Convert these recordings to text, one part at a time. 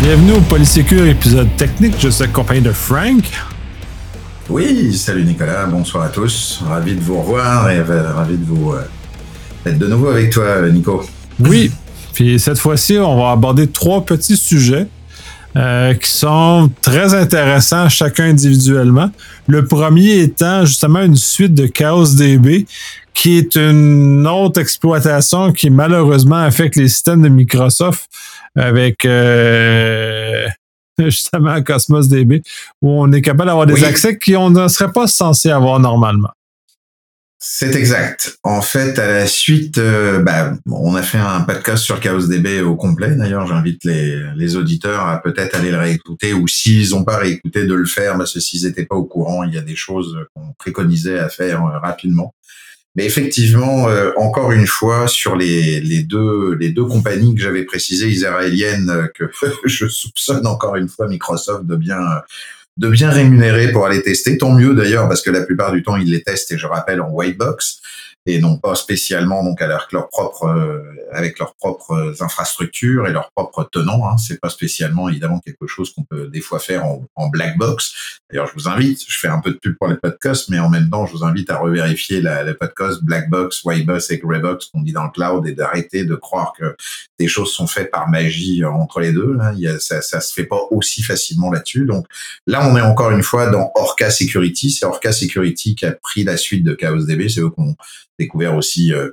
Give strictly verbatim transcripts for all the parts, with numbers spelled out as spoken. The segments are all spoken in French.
Bienvenue au Polysécure épisode technique. Je suis accompagné de Frank. Oui, salut Nicolas, bonsoir à tous. Ravi de vous revoir et ravi de vous euh, être de nouveau avec toi, Nico. Oui, puis cette fois-ci, on va aborder trois petits sujets euh, qui sont très intéressants chacun individuellement. Le premier étant justement une suite de ChaosDB, qui est une autre exploitation qui malheureusement affecte les systèmes de Microsoft avec euh, justement Cosmos D B, où on est capable d'avoir des oui. accès qu'on ne serait pas censé avoir normalement. C'est exact. En fait, à la suite, euh, bah, on a fait un podcast sur ChaosDB au complet. D'ailleurs, j'invite les, les auditeurs à peut-être aller le réécouter, ou s'ils n'ont pas réécouté, de le faire, parce que s'ils n'étaient pas au courant, il y a des choses qu'on préconisait à faire euh, rapidement. Mais effectivement, euh, encore une fois, sur les, les deux les deux compagnies que j'avais précisées israéliennes, euh, que je soupçonne encore une fois Microsoft de bien de bien rémunérer pour aller tester. Tant mieux d'ailleurs, parce que la plupart du temps ils les testent, et je rappelle, en white box, et non pas spécialement donc avec leurs propres euh, avec leurs propres infrastructures et leurs propres tenants. Hein. C'est pas spécialement évidemment quelque chose qu'on peut des fois faire en, en black box. D'ailleurs, je vous invite, je fais un peu de pub pour les podcasts, mais en même temps, je vous invite à revérifier la, le podcast black box, white box et grey box qu'on dit dans le cloud, et d'arrêter de croire que des choses sont faites par magie entre les deux. Hein. Il y a, ça, ça se fait pas aussi facilement là-dessus. Donc là, on est encore une fois dans Orca Security. C'est Orca Security qui a pris la suite de ChaosDB. C'est eux qui ont découvert aussi, euh,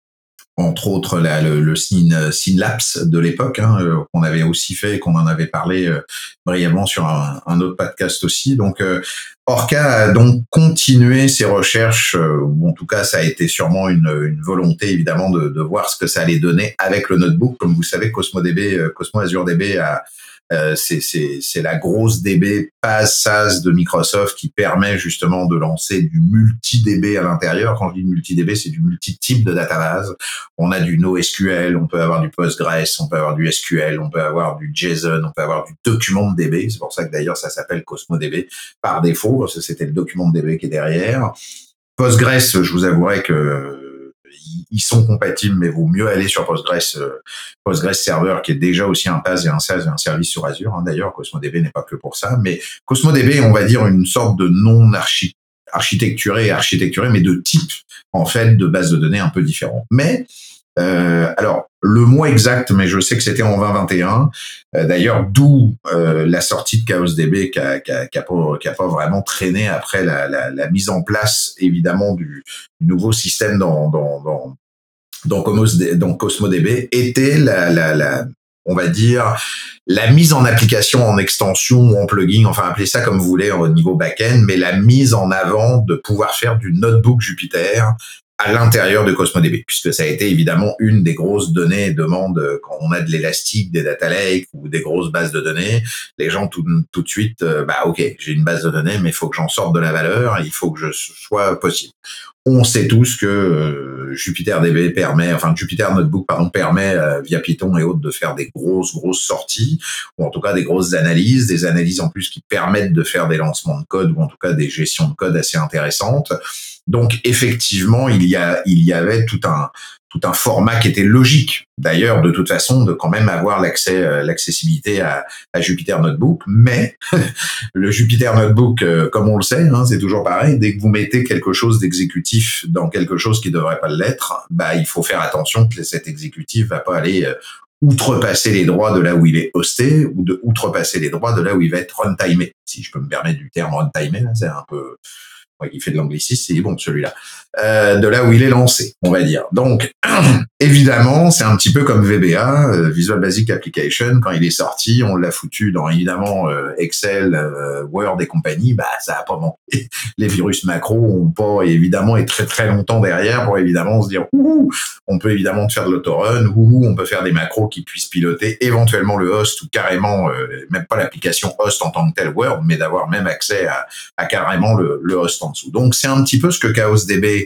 entre autres, la, le, le Syn, Synlapse de l'époque, hein, euh, qu'on avait aussi fait et qu'on en avait parlé euh, brièvement sur un, un autre podcast aussi. Donc, euh, Orca a donc continué ses recherches, euh, ou en tout cas, ça a été sûrement une, une volonté, évidemment, de, de voir ce que ça allait donner avec le notebook. Comme vous savez, CosmoDB, euh, Cosmo Azure D B a Euh, c'est, c'est, c'est la grosse D B PaaS SaaS de Microsoft qui permet justement de lancer du multi-D B à l'intérieur. Quand je dis multi-D B, c'est du multi-type de database. On a du NoSQL, on peut avoir du Postgres, on peut avoir du S Q L, on peut avoir du JSON, on peut avoir du document de D B. C'est pour ça que d'ailleurs ça s'appelle CosmoDB par défaut, parce que c'était le document de D B qui est derrière. Postgres, je vous avouerai que ils sont compatibles, mais vaut mieux aller sur Postgres, euh, Postgres Server, qui est déjà aussi un PaaS et un SaaS et un service sur Azure. Hein. D'ailleurs, CosmoDB n'est pas que pour ça, mais CosmoDB, on va dire une sorte de non archi- architecturé, architecturé, mais de type, en fait, de base de données un peu différent. Mais Euh, alors, le mois exact, mais je sais que c'était en vingt vingt et un. Euh, d'ailleurs, d'où euh, la sortie de ChaosDB qui a, qui a, qui a pas, qui a pas vraiment traîné après la, la, la mise en place, évidemment, du, du nouveau système dans, dans, dans, dans, Comos, dans CosmoDB, était la, la, la, on va dire, la mise en application, en extension ou en plugin, enfin appelez ça comme vous voulez au niveau back-end, mais la mise en avant de pouvoir faire du notebook Jupyter à l'intérieur de CosmoDB, puisque ça a été évidemment une des grosses données et demandes quand on a de l'élastique, des data lakes ou des grosses bases de données. Les gens tout, tout de suite, euh, bah ok, j'ai une base de données, mais il faut que j'en sorte de la valeur, il faut que je sois possible. On sait tous que euh, JupyterDB permet, enfin Jupyter Notebook pardon permet euh, via Python et autres de faire des grosses grosses sorties, ou en tout cas des grosses analyses, des analyses en plus qui permettent de faire des lancements de code, ou en tout cas des gestions de code assez intéressantes. Donc effectivement, il y a il y avait tout un tout un format qui était logique. D'ailleurs, de toute façon, de quand même avoir l'accès euh, l'accessibilité à, à Jupyter Notebook, mais le Jupyter Notebook, euh, comme on le sait, hein, c'est toujours pareil. Dès que vous mettez quelque chose d'exécutif dans quelque chose qui devrait pas l'être, bah il faut faire attention que cet exécutif va pas aller euh, outrepasser les droits de là où il est hosté, ou de outrepasser les droits de là où il va être runtimé. Si je peux me permettre du terme runtimé, là, c'est un peu qui fait de l'anglicisme, c'est bon celui-là, euh, de là où il est lancé, on va dire. Donc, évidemment, c'est un petit peu comme V B A, euh, Visual Basic Application, quand il est sorti, on l'a foutu dans, évidemment, euh, Excel, euh, Word et compagnie, bah ça a pas manqué. Les virus macro ont pas, évidemment, et très très longtemps derrière pour évidemment se dire, ouh, on peut évidemment faire de l'autorun, ouh, on peut faire des macros qui puissent piloter éventuellement le host, ou carrément, euh, même pas l'application host en tant que tel Word, mais d'avoir même accès à, à carrément le, le host en dessous. Donc, c'est un petit peu ce que ChaosDB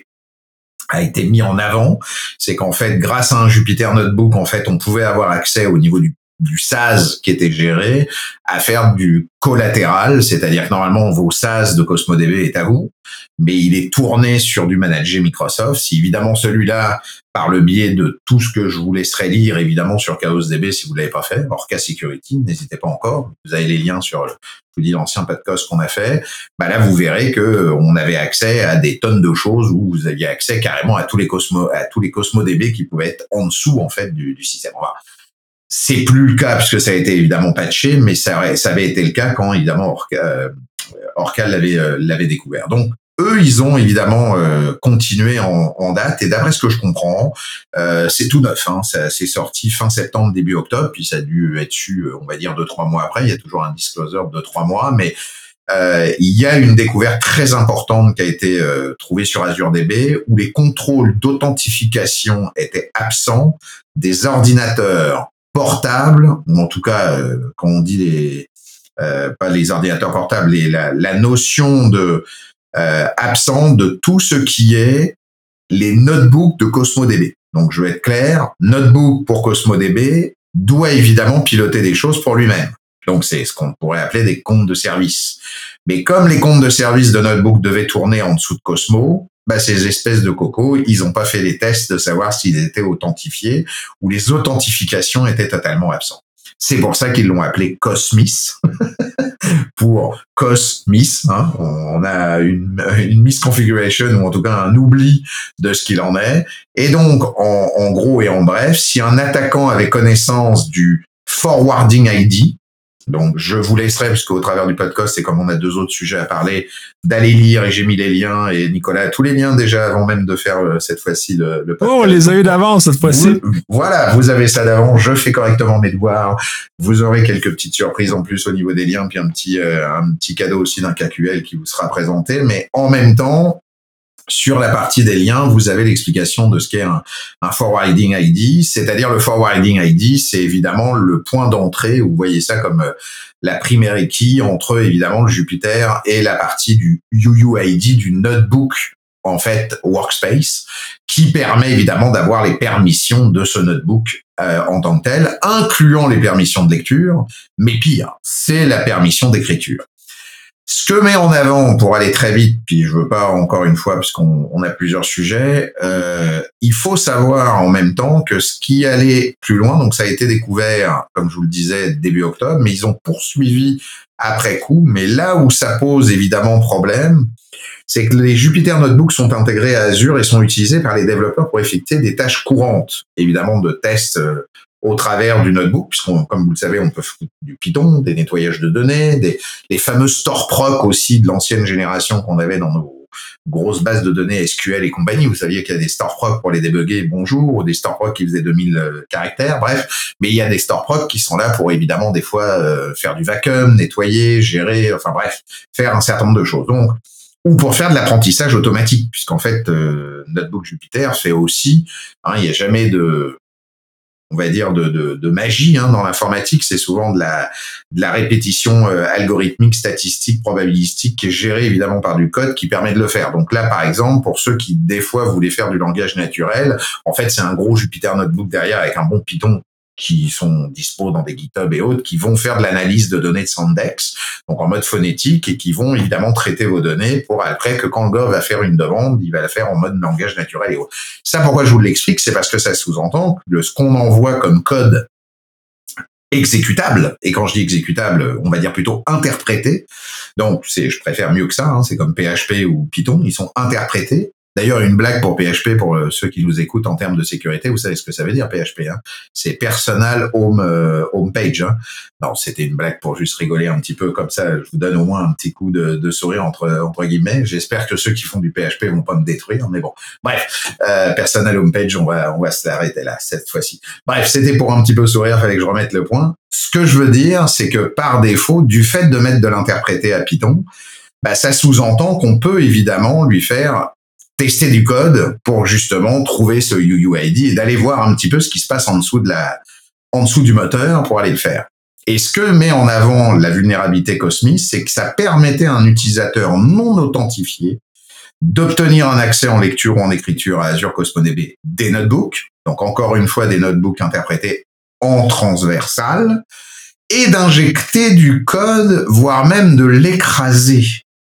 a été mis en avant, c'est qu'en fait, grâce à un Jupyter Notebook, en fait, on pouvait avoir accès au niveau du du SaaS qui était géré à faire du collatéral, c'est-à-dire que normalement vos SaaS de CosmoDB est à vous, mais il est tourné sur du managé Microsoft. Si évidemment celui-là, par le biais de tout ce que je vous laisserai lire évidemment sur ChaosDB si vous l'avez pas fait, Orca Security, n'hésitez pas encore, vous avez les liens sur, je vous dis, l'ancien podcast qu'on a fait, bah là vous verrez que on avait accès à des tonnes de choses où vous aviez accès carrément à tous les Cosmo, à tous les CosmoDB qui pouvaient être en dessous en fait du, du système. Enfin, c'est plus le cas puisque ça a été évidemment patché, mais ça, ça avait été le cas quand évidemment Orca, euh, Orca l'avait, euh, l'avait découvert. Donc eux, ils ont évidemment euh, continué en, en date, et d'après ce que je comprends, euh, c'est tout neuf. Hein, ça c'est sorti fin septembre, début octobre, puis ça a dû être su, on va dire deux trois mois après. Il y a toujours un disclosure de trois mois, mais euh, il y a une découverte très importante qui a été euh, trouvée sur AzureDB, où les contrôles d'authentification étaient absents des ordinateurs portables, ou en tout cas, euh, quand on dit les euh, pas les ordinateurs portables, les, la, la notion de Euh, absent de tout ce qui est les notebooks de CosmoDB. Donc, je vais être clair, notebook pour CosmoDB doit évidemment piloter des choses pour lui-même. Donc, c'est ce qu'on pourrait appeler des comptes de service. Mais comme les comptes de service de notebook devaient tourner en dessous de Cosmo, bah, ces espèces de cocos, ils n'ont pas fait les tests de savoir s'ils étaient authentifiés ou les authentifications étaient totalement absentes. C'est pour ça qu'ils l'ont appelé Cosmis, pour Cosmis. Hein. On a une, une misconfiguration, ou en tout cas un oubli de ce qu'il en est. Et donc, en, en gros et en bref, si un attaquant avait connaissance du forwarding I D, donc je vous laisserai, parce qu'au travers du podcast, c'est comme on a deux autres sujets à parler, d'aller lire, et j'ai mis les liens, et Nicolas a tous les liens déjà avant même de faire euh, cette fois-ci le, le podcast. Oh, on les a eu d'avance cette fois-ci. Vous, voilà, vous avez ça d'avance, je fais correctement mes devoirs, vous aurez quelques petites surprises en plus au niveau des liens, puis un petit, euh, un petit cadeau aussi d'un K Q L qui vous sera présenté, mais en même temps, sur la partie des liens, vous avez l'explication de ce qu'est un, un forwarding I D, c'est-à-dire le forwarding I D, c'est évidemment le point d'entrée, vous voyez ça comme euh, la primary key entre évidemment le Jupyter et la partie du U U I D du notebook, en fait, workspace, qui permet évidemment d'avoir les permissions de ce notebook euh, en tant que tel, incluant les permissions de lecture, mais pire, c'est la permission d'écriture. Ce que met en avant, pour aller très vite, puis je veux pas encore une fois, parce qu'on on a plusieurs sujets, euh, il faut savoir en même temps que ce qui allait plus loin, donc ça a été découvert, comme je vous le disais, début octobre, mais ils ont poursuivi après coup. Mais là où ça pose évidemment problème, c'est que les Jupyter Notebooks sont intégrés à Azure et sont utilisés par les développeurs pour effectuer des tâches courantes, évidemment de tests euh, au travers du notebook, puisqu'on, comme vous le savez, on peut faire du Python, des nettoyages de données, des, les fameux store proc aussi de l'ancienne génération qu'on avait dans nos grosses bases de données S Q L et compagnie. Vous saviez qu'il y a des store proc pour les débugger, bonjour, ou des store proc qui faisaient deux mille caractères, bref. Mais il y a des store proc qui sont là pour évidemment des fois euh, faire du vacuum, nettoyer, gérer, enfin bref, faire un certain nombre de choses. Donc, ou pour faire de l'apprentissage automatique, puisqu'en fait, euh, Notebook Jupyter fait aussi, hein, il n'y a jamais de on va dire de, de, de magie hein, dans l'informatique, c'est souvent de la, de la répétition euh, algorithmique, statistique, probabilistique qui est gérée évidemment par du code qui permet de le faire. Donc là, par exemple, pour ceux qui des fois voulaient faire du langage naturel, en fait, c'est un gros Jupyter Notebook derrière avec un bon Python qui sont dispo dans des GitHub et autres, qui vont faire de l'analyse de données de Sandex, donc en mode phonétique, et qui vont évidemment traiter vos données pour après que quand le gars va faire une demande, il va la faire en mode langage naturel et autres. Ça, pourquoi je vous l'explique, c'est parce que ça sous-entend que ce qu'on envoie comme code exécutable, et quand je dis exécutable, on va dire plutôt interprété, donc c'est, je préfère mieux que ça, hein, c'est comme P H P ou Python, ils sont interprétés. D'ailleurs, une blague pour P H P, pour ceux qui nous écoutent en termes de sécurité, vous savez ce que ça veut dire P H P, hein, c'est Personal Home euh, Home Page. Hein. Non, c'était une blague pour juste rigoler un petit peu comme ça. Je vous donne au moins un petit coup de, de sourire entre entre guillemets. J'espère que ceux qui font du P H P vont pas me détruire, mais bon. Bref, euh, Personal Home Page, on va on va s'arrêter là cette fois-ci. Bref, c'était pour un petit peu sourire, fallait que je remette le point. Ce que je veux dire, c'est que par défaut, du fait de mettre de l'interprété à Python, bah ça sous-entend qu'on peut évidemment lui faire tester du code pour justement trouver ce U U I D et d'aller voir un petit peu ce qui se passe en dessous de la, en dessous du moteur pour aller le faire. Et ce que met en avant la vulnérabilité Cosmis, c'est que ça permettait à un utilisateur non authentifié d'obtenir un accès en lecture ou en écriture à Azure CosmoDB des notebooks. Donc encore une fois, des notebooks interprétés en transversal et d'injecter du code, voire même de l'écraser.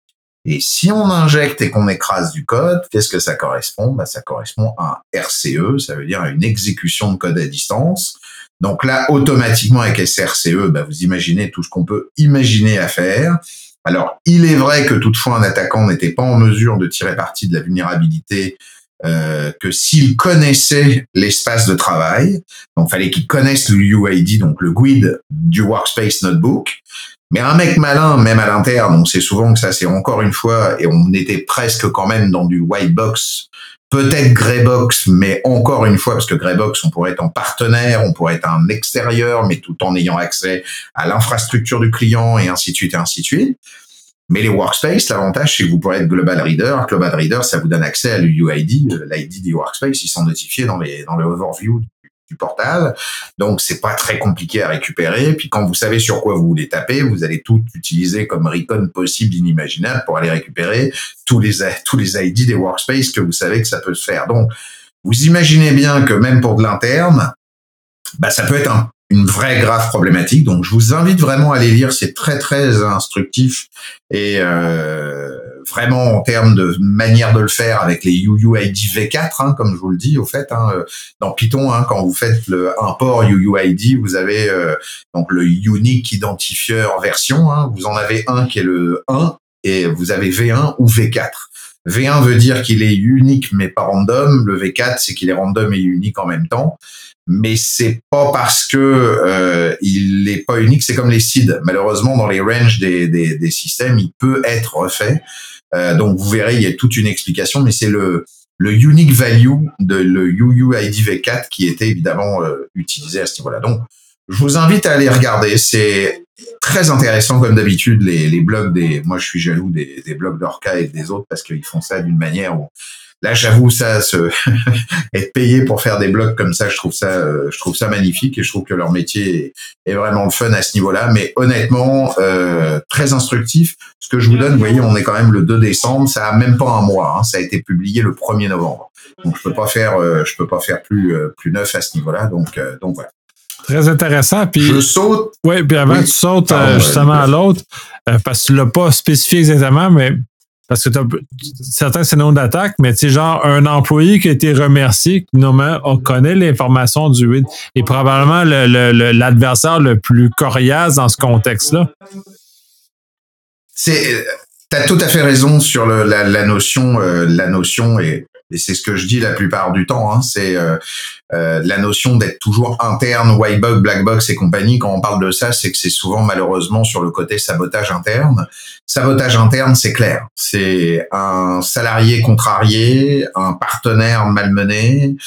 Et si on injecte et qu'on écrase du code, qu'est-ce que ça correspond? Bah, ça correspond à un R C E, ça veut dire à une exécution de code à distance. Donc là, automatiquement, avec S R C E, bah, vous imaginez tout ce qu'on peut imaginer à faire. Alors, il est vrai que toutefois, un attaquant n'était pas en mesure de tirer parti de la vulnérabilité euh, que s'il connaissait l'espace de travail. Donc, il fallait qu'il connaisse le U I D, donc le G U I D du Workspace Notebook. Mais un mec malin, même à l'interne, on sait souvent que ça, c'est encore une fois, et on était presque quand même dans du white box, peut-être grey box, mais encore une fois, parce que grey box, on pourrait être en partenaire, on pourrait être un extérieur, mais tout en ayant accès à l'infrastructure du client, et ainsi de suite, et ainsi de suite. Mais les workspace, l'avantage, c'est que vous pourrez être global reader. Global reader, ça vous donne accès à l'U I D, l'I D des workspace, ils sont notifiés dans les, dans le overview du portable. Donc, c'est pas très compliqué à récupérer. Puis, quand vous savez sur quoi vous voulez taper, vous allez tout utiliser comme recon possible, inimaginable pour aller récupérer tous les, tous les I D des workspace que vous savez que ça peut se faire. Donc, vous imaginez bien que même pour de l'interne, bah, ça peut être un, une vraie grave problématique. Donc, je vous invite vraiment à aller lire. C'est très, très instructif et, euh, vraiment en termes de manière de le faire avec les U U I D V quatre, hein, comme je vous le dis, au fait, hein, dans Python, hein, quand vous faites le import U U I D, vous avez euh, donc le Unique Identifier version. Hein, vous en avez un qui est le un et vous avez V un ou V quatre. V un veut dire qu'il est unique mais pas random. Le V quatre, c'est qu'il est random et unique en même temps. Mais c'est pas parce que euh, il est pas unique, c'est comme les S I D. Malheureusement, dans les ranges des, des, des systèmes, il peut être refait. Euh, donc vous verrez, il y a toute une explication, mais c'est le le unique value de le U U I D V quatre qui était évidemment euh, utilisé à ce niveau-là. Donc je vous invite à aller regarder. C'est très intéressant comme d'habitude les les blogs des. Moi, je suis jaloux des des blogs d'Orca et des autres parce qu'ils font ça d'une manière où là, j'avoue, ça, se être payé pour faire des blogs comme ça, je trouve ça, euh, je trouve ça magnifique et je trouve que leur métier est, est vraiment le fun à ce niveau-là. Mais honnêtement, euh, très instructif. Ce que je vous donne, vous voyez, on est quand même le deux décembre, ça a même pas un mois. Hein, ça a été publié le premier novembre. Donc, je peux pas faire, euh, je peux pas faire plus euh, plus neuf à ce niveau-là. Donc, euh, donc voilà. Très intéressant. Puis, je saute. Oui, puis avant oui. que tu sautes Pardon, euh, justement euh, à l'autre, euh, parce que tu l'as pas spécifié exactement, mais parce que tu as certains scénarios d'attaque, mais tu sais, genre un employé qui a été remercié, qui normalement on connaît l'information du U I D, est probablement le, le, le, l'adversaire le plus coriace dans ce contexte-là. C'est, t'as tout à fait raison sur le, la, la notion, euh, la notion et, et c'est ce que je dis la plupart du temps, hein, c'est euh, euh, la notion d'être toujours interne, white box, black box et compagnie. Quand on parle de ça, c'est que c'est souvent malheureusement sur le côté sabotage interne. Sabotage interne, c'est clair. C'est un salarié contrarié, un partenaire malmené,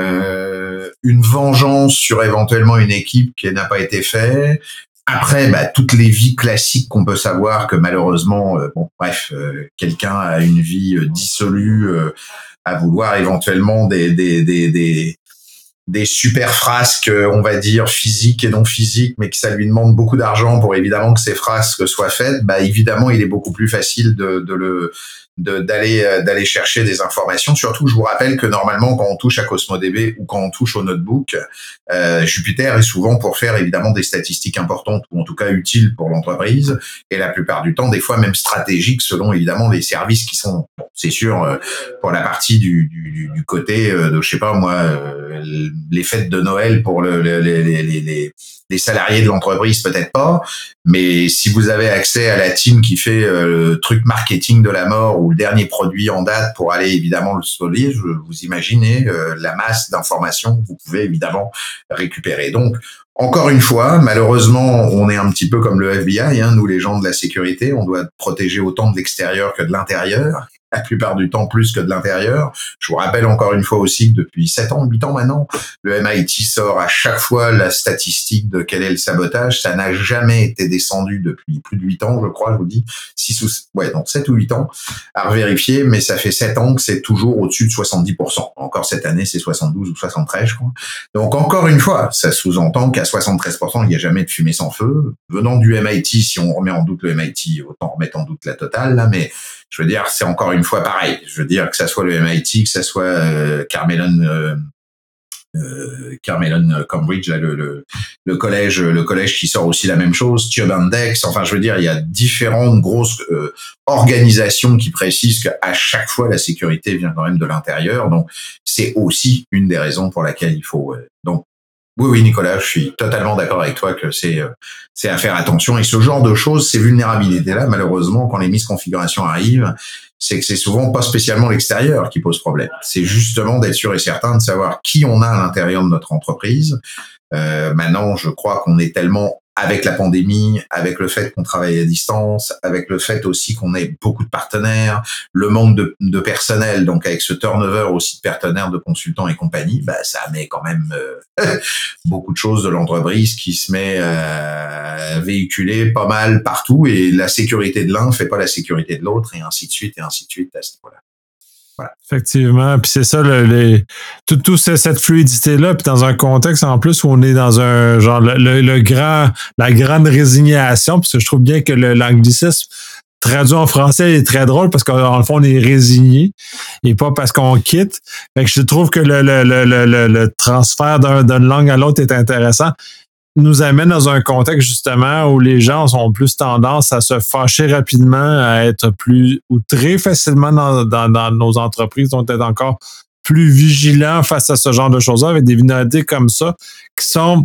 euh, une vengeance sur éventuellement une équipe qui n'a pas été faite. Après, bah, toutes les vies classiques qu'on peut savoir que malheureusement, euh, bon, bref, euh, quelqu'un a une vie euh, dissolue, euh, à vouloir éventuellement des des des des des super frasques, on va dire physiques et non physiques, mais que ça lui demande beaucoup d'argent pour évidemment que ces frasques soient faites. Bah évidemment, il est beaucoup plus facile de de le de, d'aller d'aller chercher des informations. Surtout, je vous rappelle que normalement, quand on touche à CosmoDB ou quand on touche au notebook, euh, Jupyter est souvent pour faire évidemment des statistiques importantes ou en tout cas utiles pour l'entreprise et la plupart du temps, des fois même stratégiques selon évidemment les services qui sont. Bon, c'est sûr euh, pour la partie du du, du côté euh, de je sais pas moi euh, les fêtes de Noël pour le, les les les les les salariés de l'entreprise, peut-être pas, mais si vous avez accès à la team qui fait euh, le truc marketing de la mort ou le dernier produit en date pour aller évidemment le solder, je vous imaginez euh, la masse d'informations que vous pouvez évidemment récupérer. Donc, encore une fois, malheureusement, on est un petit peu comme le F B I, hein, nous les gens de la sécurité, on doit protéger autant de l'extérieur que de l'intérieur. La plupart du temps plus que de l'intérieur. Je vous rappelle encore une fois aussi que depuis sept ans, huit ans maintenant, le M I T sort à chaque fois la statistique de quel est le sabotage. Ça n'a jamais été descendu depuis plus de huit ans, je crois, je vous dis. six ou, ouais, donc sept ou huit ans à revérifier, mais ça fait sept ans que c'est toujours au-dessus de soixante-dix pour cent. Encore cette année, c'est soixante-douze ou soixante-treize, je crois. Donc encore une fois, ça sous-entend qu'à soixante-treize pour cent, il n'y a jamais de fumée sans feu. Venant du M I T, si on remet en doute le M I T, autant remettre en doute la totale, là, mais je veux dire, c'est encore une fois pareil. Je veux dire que ça soit le M I T, que ça soit euh, Carmelon, euh, euh, Carmel Cambridge, là, le, le, le collège, le collège qui sort aussi la même chose, Tubandex. Enfin, je veux dire, il y a différentes grosses euh, organisations qui précisent qu'à chaque fois la sécurité vient quand même de l'intérieur. Donc, c'est aussi une des raisons pour laquelle il faut. Euh, donc, oui, oui, Nicolas, je suis totalement d'accord avec toi que c'est euh, c'est à faire attention. Et ce genre de choses, ces vulnérabilités-là, malheureusement, quand les misconfigurations arrivent, c'est que c'est souvent pas spécialement l'extérieur qui pose problème. C'est justement d'être sûr et certain de savoir qui on a à l'intérieur de notre entreprise. Euh, maintenant, je crois qu'on est tellement, avec la pandémie, avec le fait qu'on travaille à distance, avec le fait aussi qu'on ait beaucoup de partenaires, le manque de, de personnel, donc avec ce turnover aussi de partenaires, de consultants et compagnie, bah ça met quand même euh, beaucoup de choses de l'entreprise qui se met à véhiculer pas mal partout, et la sécurité de l'un fait pas la sécurité de l'autre, et ainsi de suite, et ainsi de suite à ce niveau-là. Voilà. Effectivement, puis c'est ça, le, les, tout, tout cette fluidité-là, puis dans un contexte en plus où on est dans un genre le, le, le grand, la grande résignation, parce que je trouve bien que le, l'anglicisme traduit en français est très drôle parce qu'en le fond, on est résigné et pas parce qu'on quitte. Fait que je trouve que le, le, le, le, le transfert d'un, d'une langue à l'autre est intéressant. Nous amène dans un contexte justement où les gens ont plus tendance à se fâcher rapidement, à être plus ou très facilement dans, dans, dans nos entreprises, donc être encore plus vigilants face à ce genre de choses-là, avec des vulnérabilités comme ça, qui sont,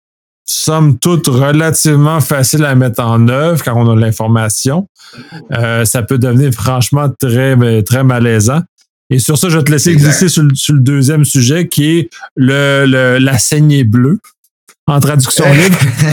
somme toute, relativement faciles à mettre en œuvre quand on a l'information. Euh, ça peut devenir franchement très, très malaisant. Et sur ça, je vais te laisser exact. glisser sur le, sur le deuxième sujet, qui est le, le, la saignée bleue. En traduction libre.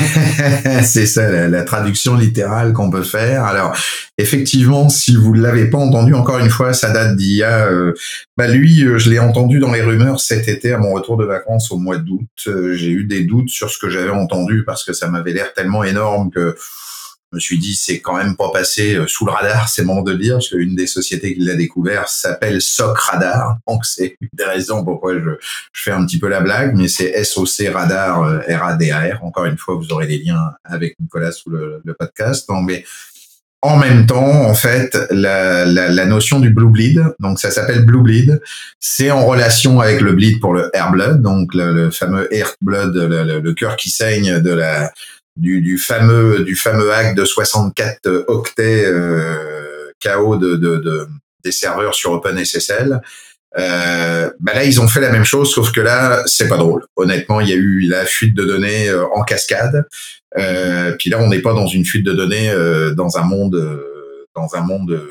C'est ça, la, la traduction littérale qu'on peut faire. Alors, effectivement, si vous ne l'avez pas entendu, encore une fois, ça date d'il y a... Euh, bah lui, euh, je l'ai entendu dans les rumeurs cet été à mon retour de vacances au mois d'août. Euh, j'ai eu des doutes sur ce que j'avais entendu parce que ça m'avait l'air tellement énorme que je me suis dit, c'est quand même pas passé sous le radar, c'est bon de le dire, parce qu'une des sociétés qui l'a découvert s'appelle S O C Radar. Donc, c'est une des raisons pourquoi je, je fais un petit peu la blague, mais c'est S O C Radar, R A D A R. Encore une fois, vous aurez les liens avec Nicolas sous le, le podcast. Donc, mais en même temps, en fait, la, la, la notion du Blue Bleed, donc ça s'appelle Blue Bleed, c'est en relation avec le bleed pour le air blood, donc le, le fameux air blood, le, le, le cœur qui saigne de la... Du, du fameux du fameux hack de soixante-quatre octets euh, K O de, de, de des serveurs sur OpenSSL. Euh, bah là ils ont fait la même chose, sauf que là c'est pas drôle. Honnêtement, il y a eu la fuite de données euh, en cascade. Euh, puis là on n'est pas dans une fuite de données euh, dans un monde euh, dans un monde euh,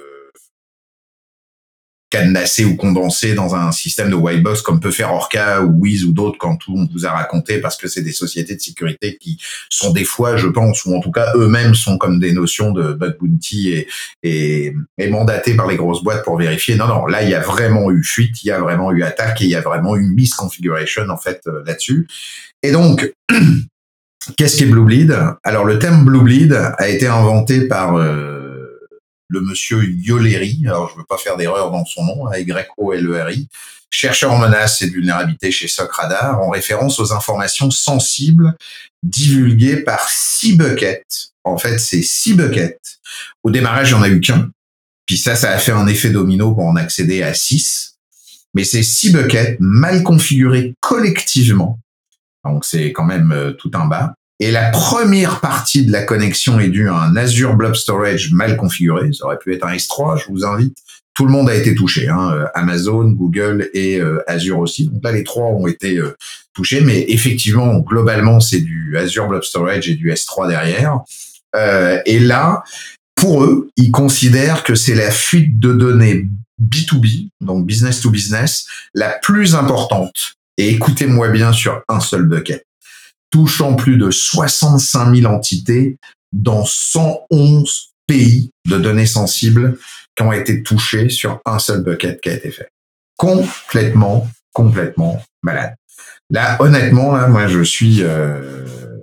cadenassé ou condensé dans un système de white box comme peut faire Orca ou Wiz ou d'autres quand tout on vous a raconté, parce que c'est des sociétés de sécurité qui sont des fois, je pense, ou en tout cas eux-mêmes sont comme des notions de bug bounty et, et, et mandatés par les grosses boîtes pour vérifier. Non, non, là il y a vraiment eu fuite, il y a vraiment eu attaque et il y a vraiment eu misconfiguration en fait euh, là-dessus. Et donc qu'est-ce qu'est Blue Bleed ? Alors le terme Blue Bleed a été inventé par euh, le monsieur Yoleri, alors je veux pas faire d'erreur dans son nom, Y O L E R I, chercheur en menaces et de vulnérabilité chez S O C Radar, en référence aux informations sensibles divulguées par six buckets. En fait, c'est six buckets. Au démarrage, il n'y en a eu qu'un. Puis ça, ça a fait un effet domino pour en accéder à six. Mais c'est six buckets mal configurés collectivement. Donc c'est quand même euh, tout en bas. Et la première partie de la connexion est due à un Azure Blob Storage mal configuré. Ça aurait pu être un S trois, je vous invite. Tout le monde a été touché, hein. Amazon, Google et euh, Azure aussi. Donc là, les trois ont été euh, touchés. Mais effectivement, globalement, c'est du Azure Blob Storage et du S trois derrière. Euh, et là, pour eux, ils considèrent que c'est la fuite de données B deux B, donc business to business, la plus importante. Et écoutez-moi bien sur un seul bucket, touchant plus de soixante-cinq mille entités dans cent onze pays de données sensibles qui ont été touchés sur un seul bucket qui a été fait. Complètement, complètement malade. Là, honnêtement, là, moi, je suis euh,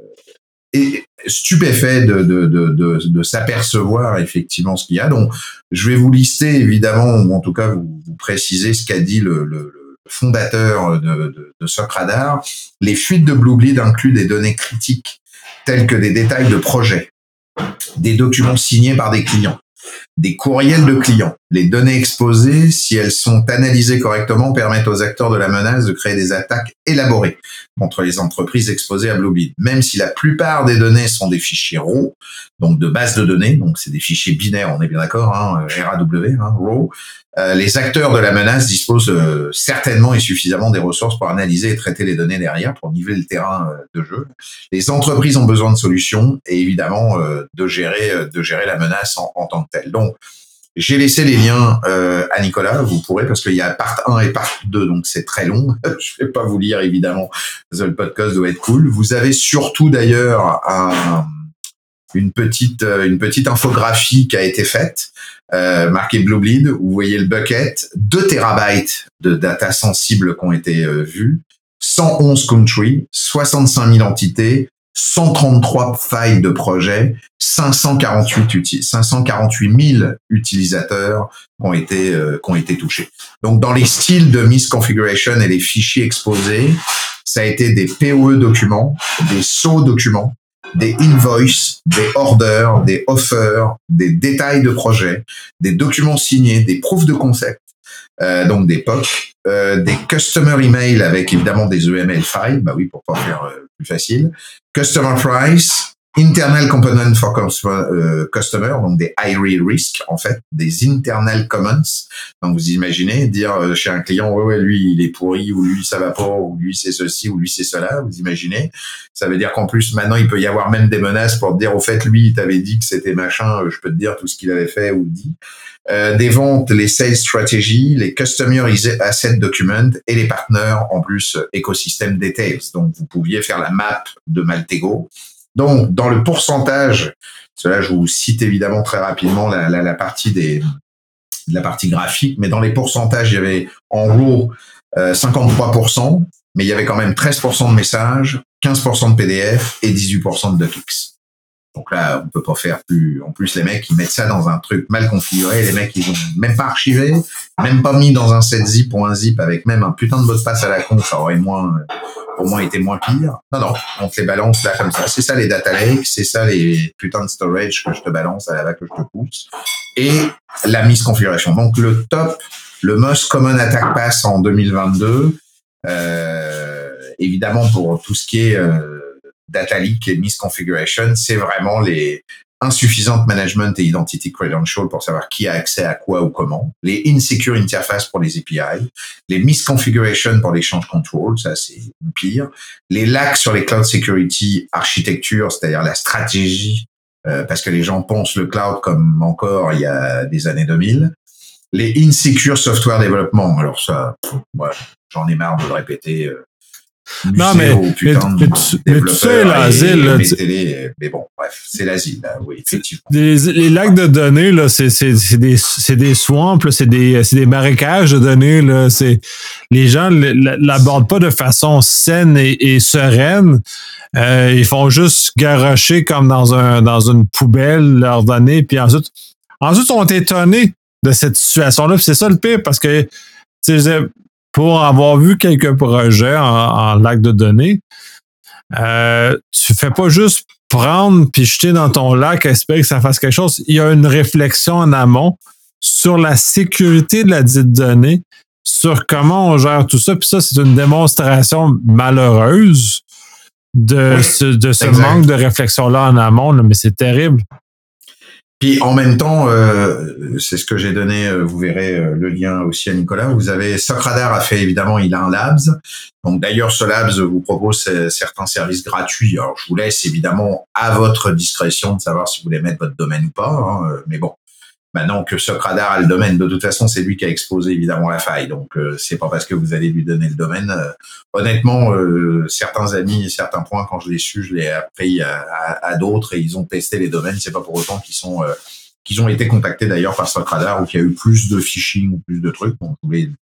stupéfait de, de, de, de, de s'apercevoir effectivement ce qu'il y a. Donc, je vais vous lister, évidemment, ou en tout cas vous, vous préciser ce qu'a dit le, le fondateur de, de, de S O C Radar. Les fuites de Blue Bleed incluent des données critiques telles que des détails de projets, des documents signés par des clients, des courriels de clients, Les données exposées, si elles sont analysées correctement, permettent aux acteurs de la menace de créer des attaques élaborées contre les entreprises exposées à Bluebeam. Même si la plupart des données sont des fichiers raw, donc de base de données, donc c'est des fichiers binaires, on est bien d'accord, hein, R A W, hein, raw, euh, les acteurs de la menace disposent euh, certainement et suffisamment des ressources pour analyser et traiter les données derrière, pour niveler le terrain euh, de jeu. Les entreprises ont besoin de solutions et évidemment euh, de gérer de gérer la menace en, en tant que telle. Donc, j'ai laissé les liens euh, à Nicolas, vous pourrez, parce qu'il y a part un et part deux, donc c'est très long. Je vais pas vous lire, évidemment, le podcast doit être cool. Vous avez surtout, d'ailleurs, un, une petite une petite infographie qui a été faite, euh, marquée Bluebleed, où vous voyez le bucket, deux térabytes de data sensibles qui ont été euh, vues, cent onze countries, soixante-cinq mille entités, cent trente-trois failles de projet, cinq cent quarante-huit, cinq cent quarante-huit mille utilisateurs qui ont été, euh, qui ont été touchés. Donc, dans les styles de misconfiguration et les fichiers exposés, ça a été des P O E documents, des S O documents, des invoices, des orders, des offers, des détails de projet, des documents signés, des proof de concept, euh, donc des P O C, euh, des customer email avec évidemment des E M L files, bah oui, pour pas faire euh, plus facile, customer price, internal component for customer, euh, customer, donc des high risk en fait, des internal comments. Donc vous imaginez dire euh, chez un client, ouais ouais lui il est pourri, ou lui ça va pas, ou lui c'est ceci, ou lui c'est cela. Vous imaginez. Ça veut dire qu'en plus maintenant il peut y avoir même des menaces pour te dire au fait lui il t'avait dit que c'était machin, je peux te dire tout ce qu'il avait fait ou dit. Euh, des ventes, les sales strategy, les customer asset document et les partenaires en plus écosystème details. Donc vous pouviez faire la map de Maltego. Donc, dans le pourcentage, cela, je vous cite évidemment très rapidement la, la, la partie des, la partie graphique, mais dans les pourcentages, il y avait en raw euh, cinquante-trois pour cent, mais il y avait quand même treize pour cent de messages, quinze pour cent de P D F et dix-huit pour cent de docx. Donc là, on peut pas faire plus. En plus, les mecs, ils mettent ça dans un truc mal configuré. Les mecs, ils ont même pas archivé, même pas mis dans un set zip ou un zip avec même un putain de mot de passe à la con. Ça aurait moins, pour moi, été moins pire. Non, non, on te les balance là comme ça. C'est ça les data lakes, c'est ça les putains de storage que je te balance à la va que je te pousse. Et la misconfiguration. Donc le top, le most common attack pass en deux mille vingt-deux, euh, évidemment pour tout ce qui est euh, data leak et misconfiguration, c'est vraiment les insuffisantes management et identity credential pour savoir qui a accès à quoi ou comment, les insecure interfaces pour les A P I, les misconfiguration pour les change control, ça c'est pire, les lacks sur les cloud security architecture, c'est-à-dire la stratégie, euh, parce que les gens pensent le cloud comme encore il y a des années deux mille, les insecure software development, alors ça, ouais, j'en ai marre de le répéter, euh, non, mais, mais, mais, tu, mais tu sais, l'asile, là, tu... mais bon, bref, c'est l'asile, là, oui, effectivement. Les, les lacs de données, là, c'est, c'est, c'est des, c'est des swamps, là, c'est des, c'est des marécages de données, là, c'est, les gens l'abordent pas de façon saine et, et sereine, euh, ils font juste garrocher comme dans un, dans une poubelle leurs données, puis ensuite, ensuite, ils sont étonnés de cette situation-là, puis c'est ça le pire, parce que, tu sais, pour avoir vu quelques projets en, en lac de données, euh, tu fais pas juste prendre puis jeter dans ton lac, espérer que ça fasse quelque chose. Il y a une réflexion en amont sur la sécurité de la dite donnée, sur comment on gère tout ça. Puis ça, c'est une démonstration malheureuse de oui, ce, de ce manque de réflexion-là en amont, là, mais c'est terrible. Puis en même temps, euh, c'est ce que j'ai donné, euh, vous verrez euh, le lien aussi à Nicolas, vous avez, Socradar a fait évidemment, il a un Labs, donc d'ailleurs ce Labs vous propose euh, certains services gratuits, alors je vous laisse évidemment à votre discrétion de savoir si vous voulez mettre votre domaine ou pas, hein, mais bon, maintenant que Socradar a le domaine, de toute façon c'est lui qui a exposé évidemment la faille, donc euh, c'est pas parce que vous allez lui donner le domaine, euh, honnêtement, euh, certains amis et certains points, quand je l'ai su, je l'ai appris à, à, à d'autres et ils ont testé les domaines. C'est pas pour autant qu'ils sont, euh, qu'ils ont été contactés d'ailleurs par Socradar ou qu'il y a eu plus de phishing ou plus de trucs. Donc, je voulais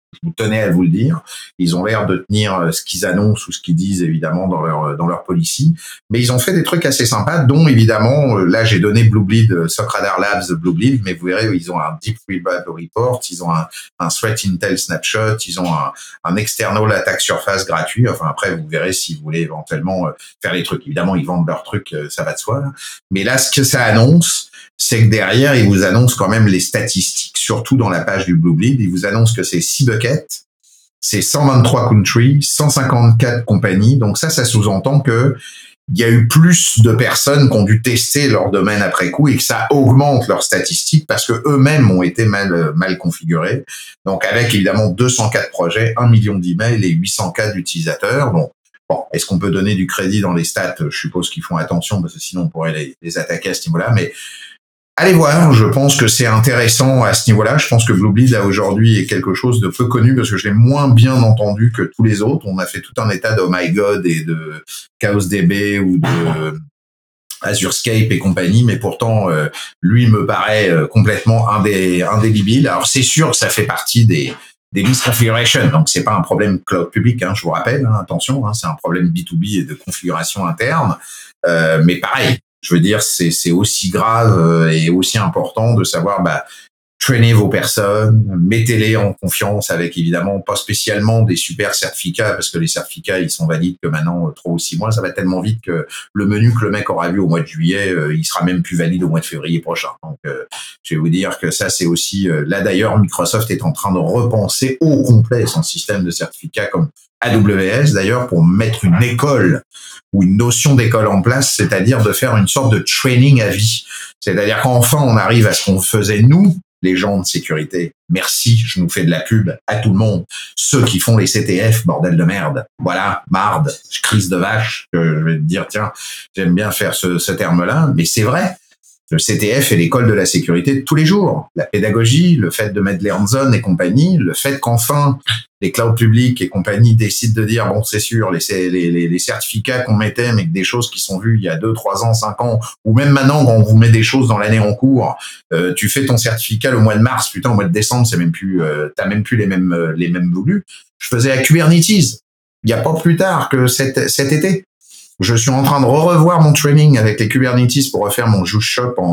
je vous tenais à vous le dire. Ils ont l'air de tenir ce qu'ils annoncent ou ce qu'ils disent, évidemment, dans leur dans leur policy. Mais ils ont fait des trucs assez sympas, dont, évidemment, là, j'ai donné Bluebleed, Socradar Labs de Bluebleed, mais vous verrez, ils ont un Deep Web Report, ils ont un, un Threat Intel Snapshot, ils ont un, un External Attack Surface gratuit. Enfin, après, vous verrez si vous voulez éventuellement faire les trucs. Évidemment, ils vendent leurs trucs, ça va de soi. Là. Mais là, ce que ça annonce, c'est que derrière, ils vous annoncent quand même les statistiques, surtout dans la page du Bluebleed. Ils vous annoncent que c'est six buckets, c'est cent vingt-trois countries, cent cinquante-quatre compagnies. Donc ça, ça sous-entend que il y a eu plus de personnes qui ont dû tester leur domaine après coup et que ça augmente leurs statistiques parce que eux-mêmes ont été mal mal configurés. Donc avec évidemment deux cent quatre projets, un million d'emails et huit cent cas d'utilisateurs. Bon, bon, est-ce qu'on peut donner du crédit dans les stats? Je suppose qu'ils font attention parce que sinon on pourrait les, les attaquer à ce niveau-là. Mais allez voir, je pense que c'est intéressant à ce niveau-là. Je pense que Bluebleed, là, aujourd'hui, est quelque chose de peu connu parce que je l'ai moins bien entendu que tous les autres. On a fait tout un état de Oh My God et de ChaosDB ou de Azurescape et compagnie, mais pourtant, euh, lui me paraît euh, complètement indé indélébile. Alors, c'est sûr que ça fait partie des des misconfigurations, donc c'est pas un problème cloud public, hein, je vous rappelle, hein, attention, hein, c'est un problème B deux B et de configuration interne, euh, mais pareil, je veux dire, c'est c'est aussi grave et aussi important de savoir, bah, traînez vos personnes, mettez-les en confiance avec évidemment pas spécialement des super certificats parce que les certificats ils sont valides que maintenant trois ou six mois, ça va tellement vite que le menu que le mec aura vu au mois de juillet, euh, il sera même plus valide au mois de février prochain. Donc euh, je vais vous dire que ça c'est aussi euh, là d'ailleurs Microsoft est en train de repenser au complet son système de certificats comme A W S d'ailleurs pour mettre une école ou une notion d'école en place, c'est-à-dire de faire une sorte de training à vie. C'est-à-dire qu'enfin on arrive à ce qu'on faisait nous, les gens de sécurité. Merci, je nous fais de la pub à tout le monde. Ceux qui font les C T F, bordel de merde. Voilà, marde, je crise de vache. Je vais te dire, tiens, j'aime bien faire ce, ce terme-là, mais c'est vrai. Le C T F est l'école de la sécurité de tous les jours. La pédagogie, le fait de mettre les hands-on et compagnie, le fait qu'enfin les clouds publics et compagnie décident de dire bon c'est sûr les les les, les certificats qu'on mettait mais que des choses qui sont vues il y a deux trois ans cinq ans ou même maintenant quand on vous met des choses dans l'année en cours, euh, tu fais ton certificat le mois de mars, putain au mois de décembre c'est même plus euh, t'as même plus les mêmes euh, les mêmes voulus. Je faisais à Kubernetes il y a pas plus tard que cet cet été. Je suis en train de revoir mon training avec les Kubernetes pour refaire mon Juice Shop en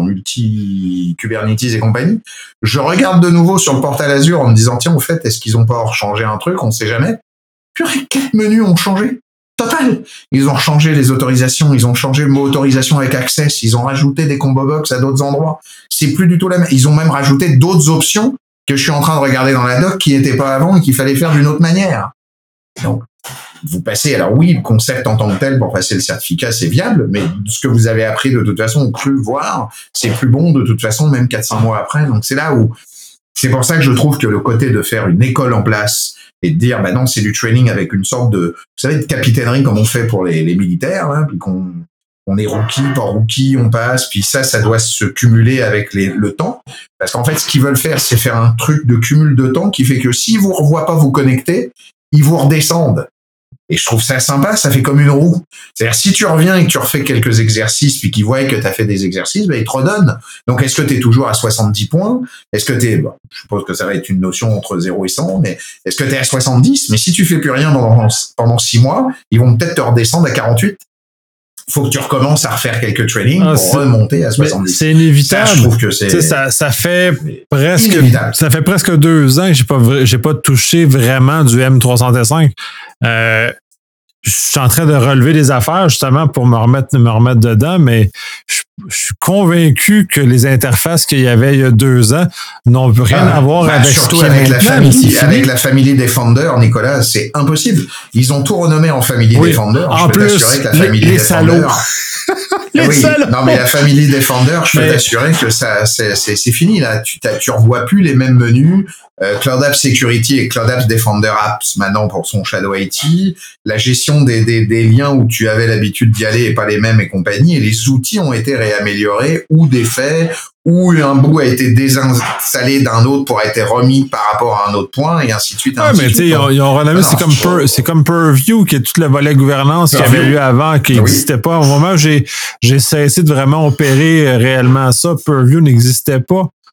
multi Kubernetes et compagnie. Je regarde de nouveau sur le portail Azure en me disant, tiens, au fait, est-ce qu'ils ont pas changé un truc? On sait jamais. Purée, quatre menus ont changé. Total. Ils ont changé les autorisations, ils ont changé le mot autorisation avec Access, ils ont rajouté des combo box à d'autres endroits. C'est plus du tout la même. Ils ont même rajouté d'autres options que je suis en train de regarder dans la doc qui n'étaient pas avant et qu'il fallait faire d'une autre manière. Donc, vous passez, alors oui, le concept en tant que tel pour passer le certificat, c'est viable, mais ce que vous avez appris de toute façon, plus voir, c'est plus bon de toute façon, même quatre cinq mois après. Donc c'est là où, c'est pour ça que je trouve que le côté de faire une école en place et de dire, bah non, c'est du training avec une sorte de, vous savez, de capitainerie comme on fait pour les, les militaires, hein, puis qu'on on est rookie par rookie, on passe, puis ça, ça doit se cumuler avec les, le temps. Parce qu'en fait, ce qu'ils veulent faire, c'est faire un truc de cumul de temps qui fait que s'ils vous revoient pas vous connecter, ils vous redescendent. Et je trouve ça sympa, ça fait comme une roue. C'est-à-dire, si tu reviens et que tu refais quelques exercices, puis qu'ils voient que tu as fait des exercices, ben, ils te redonnent. Donc, est-ce que tu es toujours à soixante-dix points? Est-ce que tu es, bon, je suppose que ça va être une notion entre zéro et cent, mais est-ce que tu es à soixante-dix? Mais si tu fais plus rien pendant, pendant six mois, ils vont peut-être te redescendre à quarante-huit. Faut que tu recommences à refaire quelques trainings ah, pour remonter à soixante-dix. C'est inévitable. Ça, je trouve que c'est ça, ça fait presque inévitable. Ça fait presque deux ans que j'ai pas j'ai pas touché vraiment du M trois cent cinq. Euh, je suis en train de relever des affaires justement pour me remettre me remettre dedans, mais je, je suis convaincu que les interfaces qu'il y avait il y a deux ans n'ont rien ah, à voir bah, avec surtout ce avec la famille avec la Family Defender, Nicolas, c'est impossible. Ils ont tout renommé en Family oui. Defender. En je peux plus, t'assurer que la Family les, les Defender. Salauds. les oui. salauds. Non mais la Family Defender, je peux mais... t'assurer que ça c'est c'est c'est fini là. Tu tu revois plus les mêmes menus. Euh, Cloud Apps Security et Cloud Apps Defender Apps maintenant pour son Shadow I T, la gestion des, des, des liens où tu avais l'habitude d'y aller et pas les mêmes et compagnie, et les outils ont été réaméliorés ou défaits, ou un bout a été désinstallé d'un autre pour être remis par rapport à un autre point, et ainsi de suite. Ouais, mais tu sais, ils ont, ils ont renommé, c'est comme, per, c'est comme Purview, qui est tout le volet gouvernance qu'il y avait eu avant, qui n'existait oui. pas. Au moment où j'ai, j'ai cessé de vraiment opérer réellement ça, Purview n'existait pas.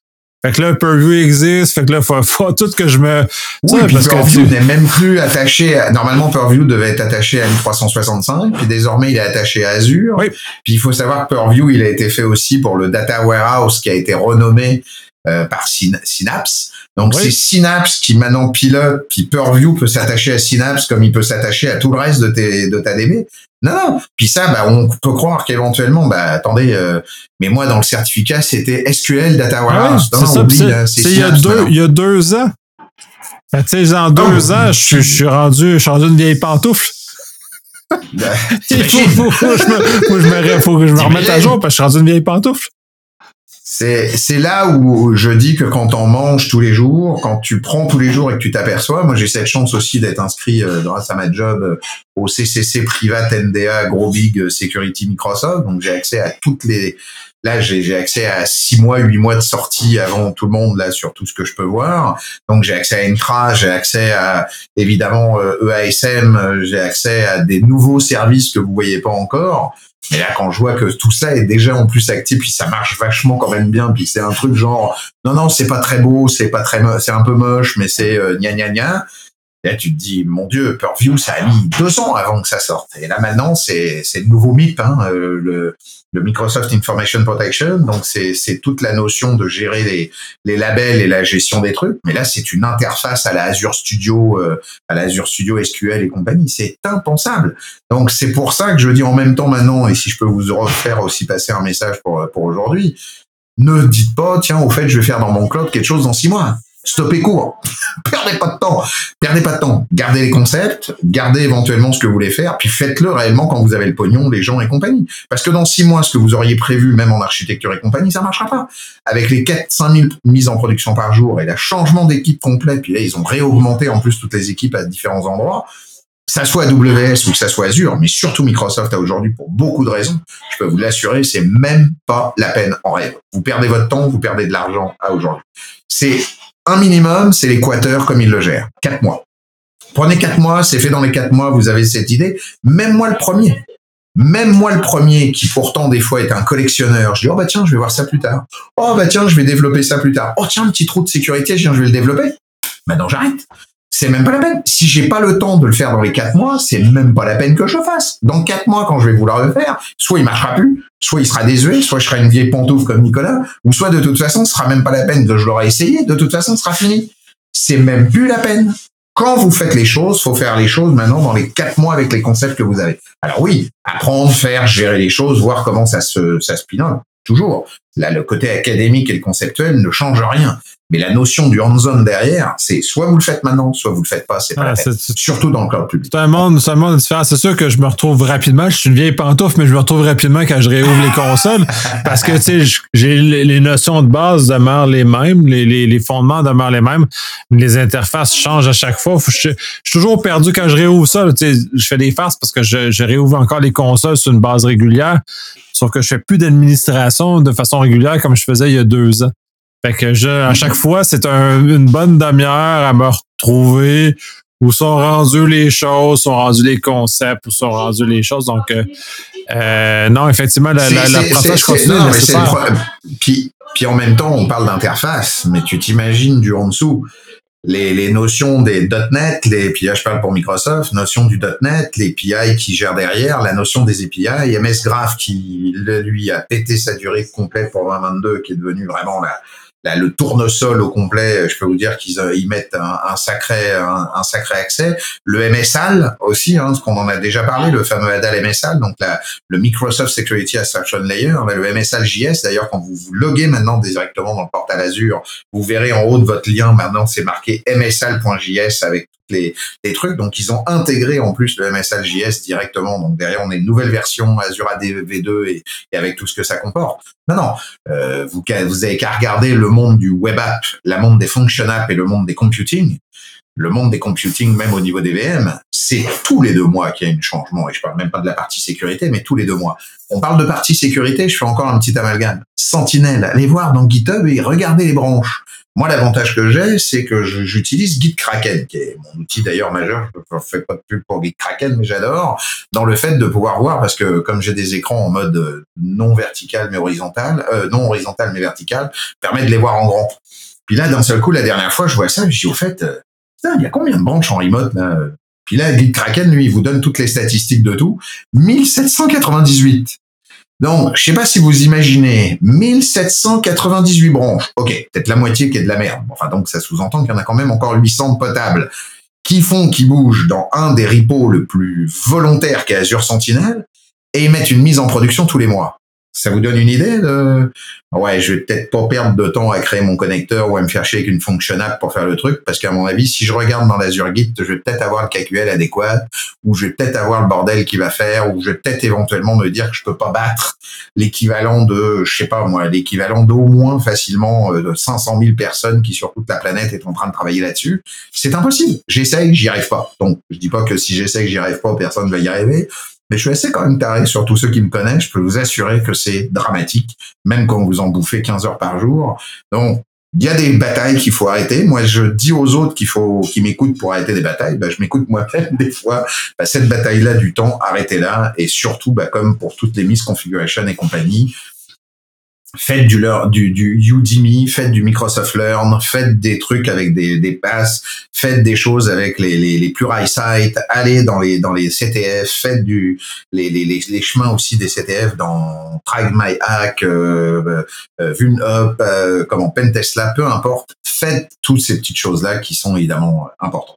Fait que là, Purview existe, fait que là, faut, faut tout que je me... Oui, ça, puis parce Purview que... n'est même plus attaché à... Normalement, Purview devait être attaché à M trois cent soixante-cinq, puis désormais, il est attaché à Azure. Oui. Puis il faut savoir que Purview, il a été fait aussi pour le Data Warehouse qui a été renommé euh, par Syn- Synapse. Donc, Oui. c'est Synapse qui maintenant pilote, puis Purview peut s'attacher à Synapse comme il peut s'attacher à tout le reste de, tes, de ta D B. Non, non. Puis ça, bah, on peut croire qu'éventuellement, bah, attendez, euh, mais moi, dans le certificat, c'était S Q L Data Warehouse. Ah oui, non, c'est non, ça, oublie, c'est, là, c'est c'est il y a Synapse deux, maintenant. il y a deux ans. Ben, tu sais, en deux Oh. ans, je suis, je suis rendu, je suis rendu une vieille pantoufle. Bah, Il faut, faut, faut que je me, faut que je me, faut que je me remette à jour parce que je suis rendu une vieille pantoufle. C'est, c'est là où je dis que quand on mange tous les jours, quand tu prends tous les jours et que tu t'aperçois, moi j'ai cette chance aussi d'être inscrit euh, grâce à ma job euh, au C C C Private N D A Gros Big Security Microsoft, donc j'ai accès à toutes les, là j'ai, j'ai accès à six mois, huit mois de sortie avant tout le monde là sur tout ce que je peux voir, donc j'ai accès à Entra, j'ai accès à évidemment euh, E A S M, euh, j'ai accès à des nouveaux services que vous voyez pas encore. Mais là, quand je vois que tout ça est déjà en plus actif, puis ça marche vachement quand même bien, puis c'est un truc genre, non, non, c'est pas très beau, c'est pas très, mo- c'est un peu moche, mais c'est euh, gna gna gna. Et là, tu te dis, mon Dieu, Purview, ça a mis deux ans avant que ça sorte. Et là, maintenant, c'est, c'est le nouveau M I P, hein, euh, le, le Microsoft Information Protection. Donc, c'est, c'est toute la notion de gérer les, les labels et la gestion des trucs. Mais là, c'est une interface à la Azure Studio, euh, à la Azure Studio S Q L et compagnie. C'est impensable. Donc, c'est pour ça que je dis en même temps maintenant, et si je peux vous refaire aussi passer un message pour, pour aujourd'hui, ne dites pas, tiens, au fait, je vais faire dans mon cloud quelque chose dans six mois. Stoppez court. Perdez pas de temps. Perdez pas de temps. Gardez les concepts, gardez éventuellement ce que vous voulez faire, puis faites-le réellement quand vous avez le pognon, les gens et compagnie. Parce que dans six mois, ce que vous auriez prévu, même en architecture et compagnie, ça marchera pas. Avec les quatre cinq mille mises en production par jour et le changement d'équipe complet, puis là, ils ont réaugmenté en plus toutes les équipes à différents endroits, que ça soit A W S ou que ça soit Azure, mais surtout Microsoft à aujourd'hui pour beaucoup de raisons, je peux vous l'assurer, c'est même pas la peine en rêve. Vous perdez votre temps, vous perdez de l'argent à aujourd'hui. C'est un minimum, c'est l'équateur comme il le gère. Quatre mois. Prenez quatre mois, c'est fait dans les quatre mois, vous avez cette idée. Même moi le premier. Même moi le premier, qui pourtant des fois est un collectionneur, je dis, oh bah tiens, je vais voir ça plus tard. Oh bah tiens, je vais développer ça plus tard. Oh tiens, un petit trou de sécurité, je vais le développer. Maintenant j'arrête. C'est même pas la peine. Si j'ai pas le temps de le faire dans les quatre mois, c'est même pas la peine que je le fasse. Dans quatre mois, quand je vais vouloir le faire, soit il marchera plus, soit il sera désuet, soit je serai une vieille pantoufle comme Nicolas, ou soit de toute façon, ce sera même pas la peine que je l'aurai essayé, de toute façon, ce sera fini. C'est même plus la peine. Quand vous faites les choses, faut faire les choses maintenant dans les quatre mois avec les concepts que vous avez. Alors oui, apprendre, faire, gérer les choses, voir comment ça se, ça se pilote. Toujours. Là, le côté académique et le conceptuel ne change rien. Mais la notion du hands-on derrière, c'est soit vous le faites maintenant, soit vous le faites pas, c'est pas Ah, la peine. c'est- Surtout dans le cloud public. C'est un monde, c'est un monde différent. C'est sûr que je me retrouve rapidement. Je suis une vieille pantoufle, mais je me retrouve rapidement quand je réouvre les consoles. Parce que, tu sais, j- j'ai les les notions de base demeurent les mêmes, les, les, les fondements demeurent les mêmes, mais les interfaces changent à chaque fois. Faut- Je, je suis toujours perdu quand je réouvre ça. là. Tu sais, je fais des farces parce que je, je réouvre encore les consoles sur une base régulière. Sauf que je fais plus d'administration de façon régulière comme je faisais il y a deux ans. Fait que je, à chaque fois, c'est un- une bonne demi-heure à me retrouver où sont rendus les choses, sont rendus les concepts, où sont rendus les choses. Donc, euh, euh, non, effectivement, la, C'est- la, c'est- l'apprentissage c'est- continu non, est mais c'est le nécessaire. pro- puis, puis en même temps, on parle d'interface, mais tu t'imagines du en dessous. Les, les notions des .NET, les, puis là je parle pour Microsoft, notion du .NET, les A P I qui gèrent derrière, la notion des A P I, M S Graph qui, lui, a pété sa durée complète pour vingt vingt-deux, qui est devenu vraiment la, la, le tournesol au complet. Je peux vous dire qu'ils euh, ils mettent un, un sacré un, un sacré accès. Le M S A L aussi, hein, ce qu'on en a déjà parlé, le fameux A D A L M S A L, donc la, le Microsoft Security Abstraction Layer, le M S A L J S. D'ailleurs, quand vous vous loguez maintenant directement dans le portail Azure, vous verrez en haut de votre lien, maintenant c'est marqué M S A L point J S avec les, les trucs. Donc, ils ont intégré en plus le M S A L J S directement. Donc, derrière, on a une nouvelle version Azure A D V deux et, et avec tout ce que ça comporte. Non, non. Euh, vous, vous avez qu'à regarder le monde du web app, le monde des function apps et le monde des computing. Le monde des computing, même au niveau des V M, c'est tous les deux mois qu'il y a un changement. Et je parle même pas de la partie sécurité, mais tous les deux mois. On parle de partie sécurité, je fais encore un petit amalgame. Sentinel, allez voir dans GitHub et regardez les branches. Moi, l'avantage que j'ai, c'est que j'utilise GitKraken, qui est mon outil d'ailleurs majeur. Je ne fais pas de pub pour GitKraken, mais j'adore, dans le fait de pouvoir voir, parce que comme j'ai des écrans en mode non vertical mais horizontal, euh, non horizontal mais vertical, permet de les voir en grand. Puis là, d'un seul coup, la dernière fois, je vois ça, je dis au fait, euh, putain, il y a combien de branches en remote là? Puis là, GitKraken, lui, il vous donne toutes les statistiques de tout. mille sept cent quatre-vingt-dix-huit. Donc, je sais pas si vous imaginez, mille sept cent quatre-vingt-dix-huit branches. Ok, peut-être la moitié qui est de la merde. Enfin, donc, ça sous-entend qu'il y en a quand même encore huit cents de potables qui font, qui bougent dans un des repos le plus volontaire qu'est Azure Sentinel et ils mettent une mise en production tous les mois. Ça vous donne une idée de... Ouais, je vais peut-être pas perdre de temps à créer mon connecteur ou à me faire chier avec une fonction app pour faire le truc, parce qu'à mon avis, si je regarde dans l'Azure Git, je vais peut-être avoir le K Q L adéquat, ou je vais peut-être avoir le bordel qui va faire, ou je vais peut-être éventuellement me dire que je peux pas battre l'équivalent de, je sais pas moi, l'équivalent d'au moins facilement de cinq cent mille personnes qui sur toute la planète est en train de travailler là-dessus. C'est impossible. J'essaye, j'y arrive pas. Donc, je dis pas que si j'essaye, j'y arrive pas, personne va y arriver. Mais je suis assez quand même taré sur tous ceux qui me connaissent. Je peux vous assurer que c'est dramatique, même quand vous en bouffez quinze heures par jour. Donc, il y a des batailles qu'il faut arrêter. Moi, je dis aux autres qu'il faut, qu'ils m'écoutent pour arrêter des batailles. Ben, je m'écoute moi-même des fois. Ben, cette bataille-là du temps, arrêtez-la. Et surtout, ben, comme pour toutes les misconfigurations et compagnie, faites du, du, du Udemy, faites du Microsoft Learn, faites des trucs avec des, des passes, faites des choses avec les, les, les Pluralsight, allez dans les, dans les C T F, faites du, les, les, les, les chemins aussi des C T F dans TryMyHack, euh, euh, VulnUp, euh, comment, Pentesla, peu importe. Faites toutes ces petites choses-là qui sont évidemment importantes.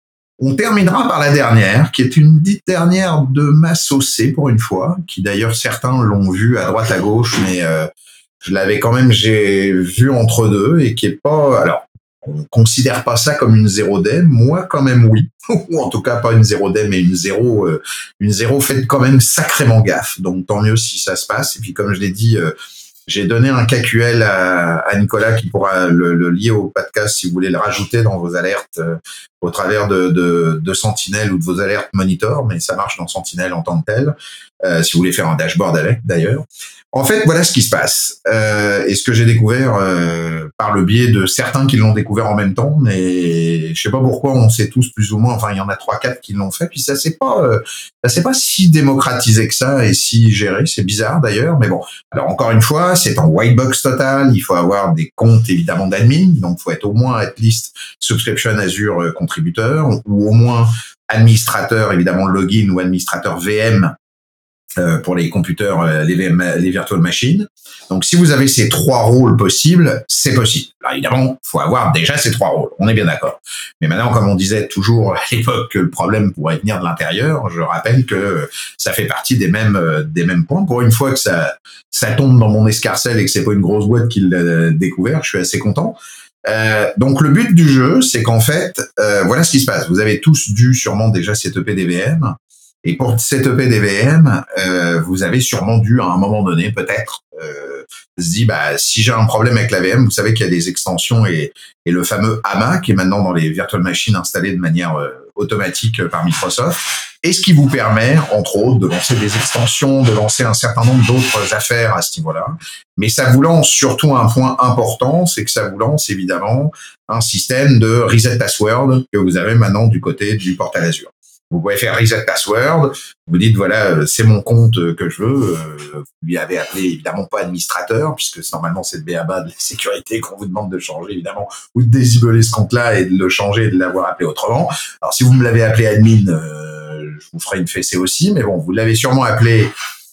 On terminera par la dernière, qui est une dite dernière de ma saucée pour une fois, qui d'ailleurs certains l'ont vu à droite à gauche, mais euh, je l'avais quand même, j'ai vu entre deux et qui est pas, alors, on considère pas ça comme une zéro day, moi quand même oui, ou en tout cas pas une zéro day, mais une zéro, euh, une zéro faite quand même sacrément gaffe. Donc tant mieux si ça se passe. Et puis comme je l'ai dit, euh, j'ai donné un K Q L à, à Nicolas qui pourra le, le lier au podcast si vous voulez le rajouter dans vos alertes euh, au travers de, de, de Sentinel ou de vos alertes Monitor, mais ça marche dans Sentinel en tant que tel, euh, si vous voulez faire un dashboard avec d'ailleurs. En fait, voilà ce qui se passe. Euh, et ce que j'ai découvert euh, par le biais de certains qui l'ont découvert en même temps, mais je sais pas pourquoi on sait tous plus ou moins, enfin il y en a trois, quatre qui l'ont fait, puis ça c'est pas euh, ça c'est pas si démocratisé que ça et si géré, c'est bizarre d'ailleurs, mais bon. Alors encore une fois, c'est en white box total, il faut avoir des comptes évidemment d'admin, donc il faut être au moins at least subscription Azure contributeur, ou au moins administrateur évidemment login ou administrateur V M euh, pour les computers, euh, les V M, les virtual machines. Donc si vous avez ces trois rôles possibles, c'est possible. Alors évidemment, il faut avoir déjà ces trois rôles, on est bien d'accord. Mais maintenant, comme on disait toujours à l'époque que le problème pourrait venir de l'intérieur, je rappelle que ça fait partie des mêmes des mêmes points. Pour une fois que ça ça tombe dans mon escarcelle et que c'est pas une grosse boîte qui l'a découvert, je suis assez content. Euh, donc le but du jeu, c'est qu'en fait, euh, voilà ce qui se passe. Vous avez tous dû sûrement déjà setuper des V M. Et pour setuper des V M, euh, vous avez sûrement dû, à un moment donné, peut-être, euh, se dire, bah, si j'ai un problème avec la V M, vous savez qu'il y a des extensions et, et le fameux A M A qui est maintenant dans les virtual machines installées de manière euh, automatique par Microsoft, et ce qui vous permet, entre autres, de lancer des extensions, de lancer un certain nombre d'autres affaires à ce niveau-là. Mais ça vous lance surtout un point important, c'est que ça vous lance évidemment un système de reset password que vous avez maintenant du côté du portail Azure. Vous pouvez faire reset password, vous dites voilà, c'est mon compte que je veux, vous lui avez appelé évidemment pas administrateur, puisque normalement c'est le b a ba de la sécurité qu'on vous demande de changer évidemment, ou de désiboler ce compte-là et de le changer et de l'avoir appelé autrement. Alors si vous me l'avez appelé admin, euh, je vous ferai une fessée aussi, mais bon, vous l'avez sûrement appelé,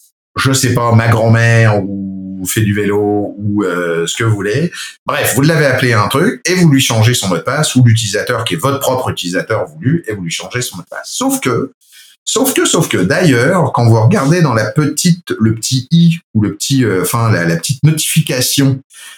je sais pas, ma grand-mère ou fait du vélo ou euh, ce que vous voulez. Bref, vous l'avez appelé un truc et vous lui changez son mot de passe, ou l'utilisateur qui est votre propre utilisateur voulu, et vous lui changez son mot de passe. Sauf que, sauf que, sauf que, d'ailleurs, quand vous regardez dans la petite, le petit i ou le petit, euh, enfin la, la petite notification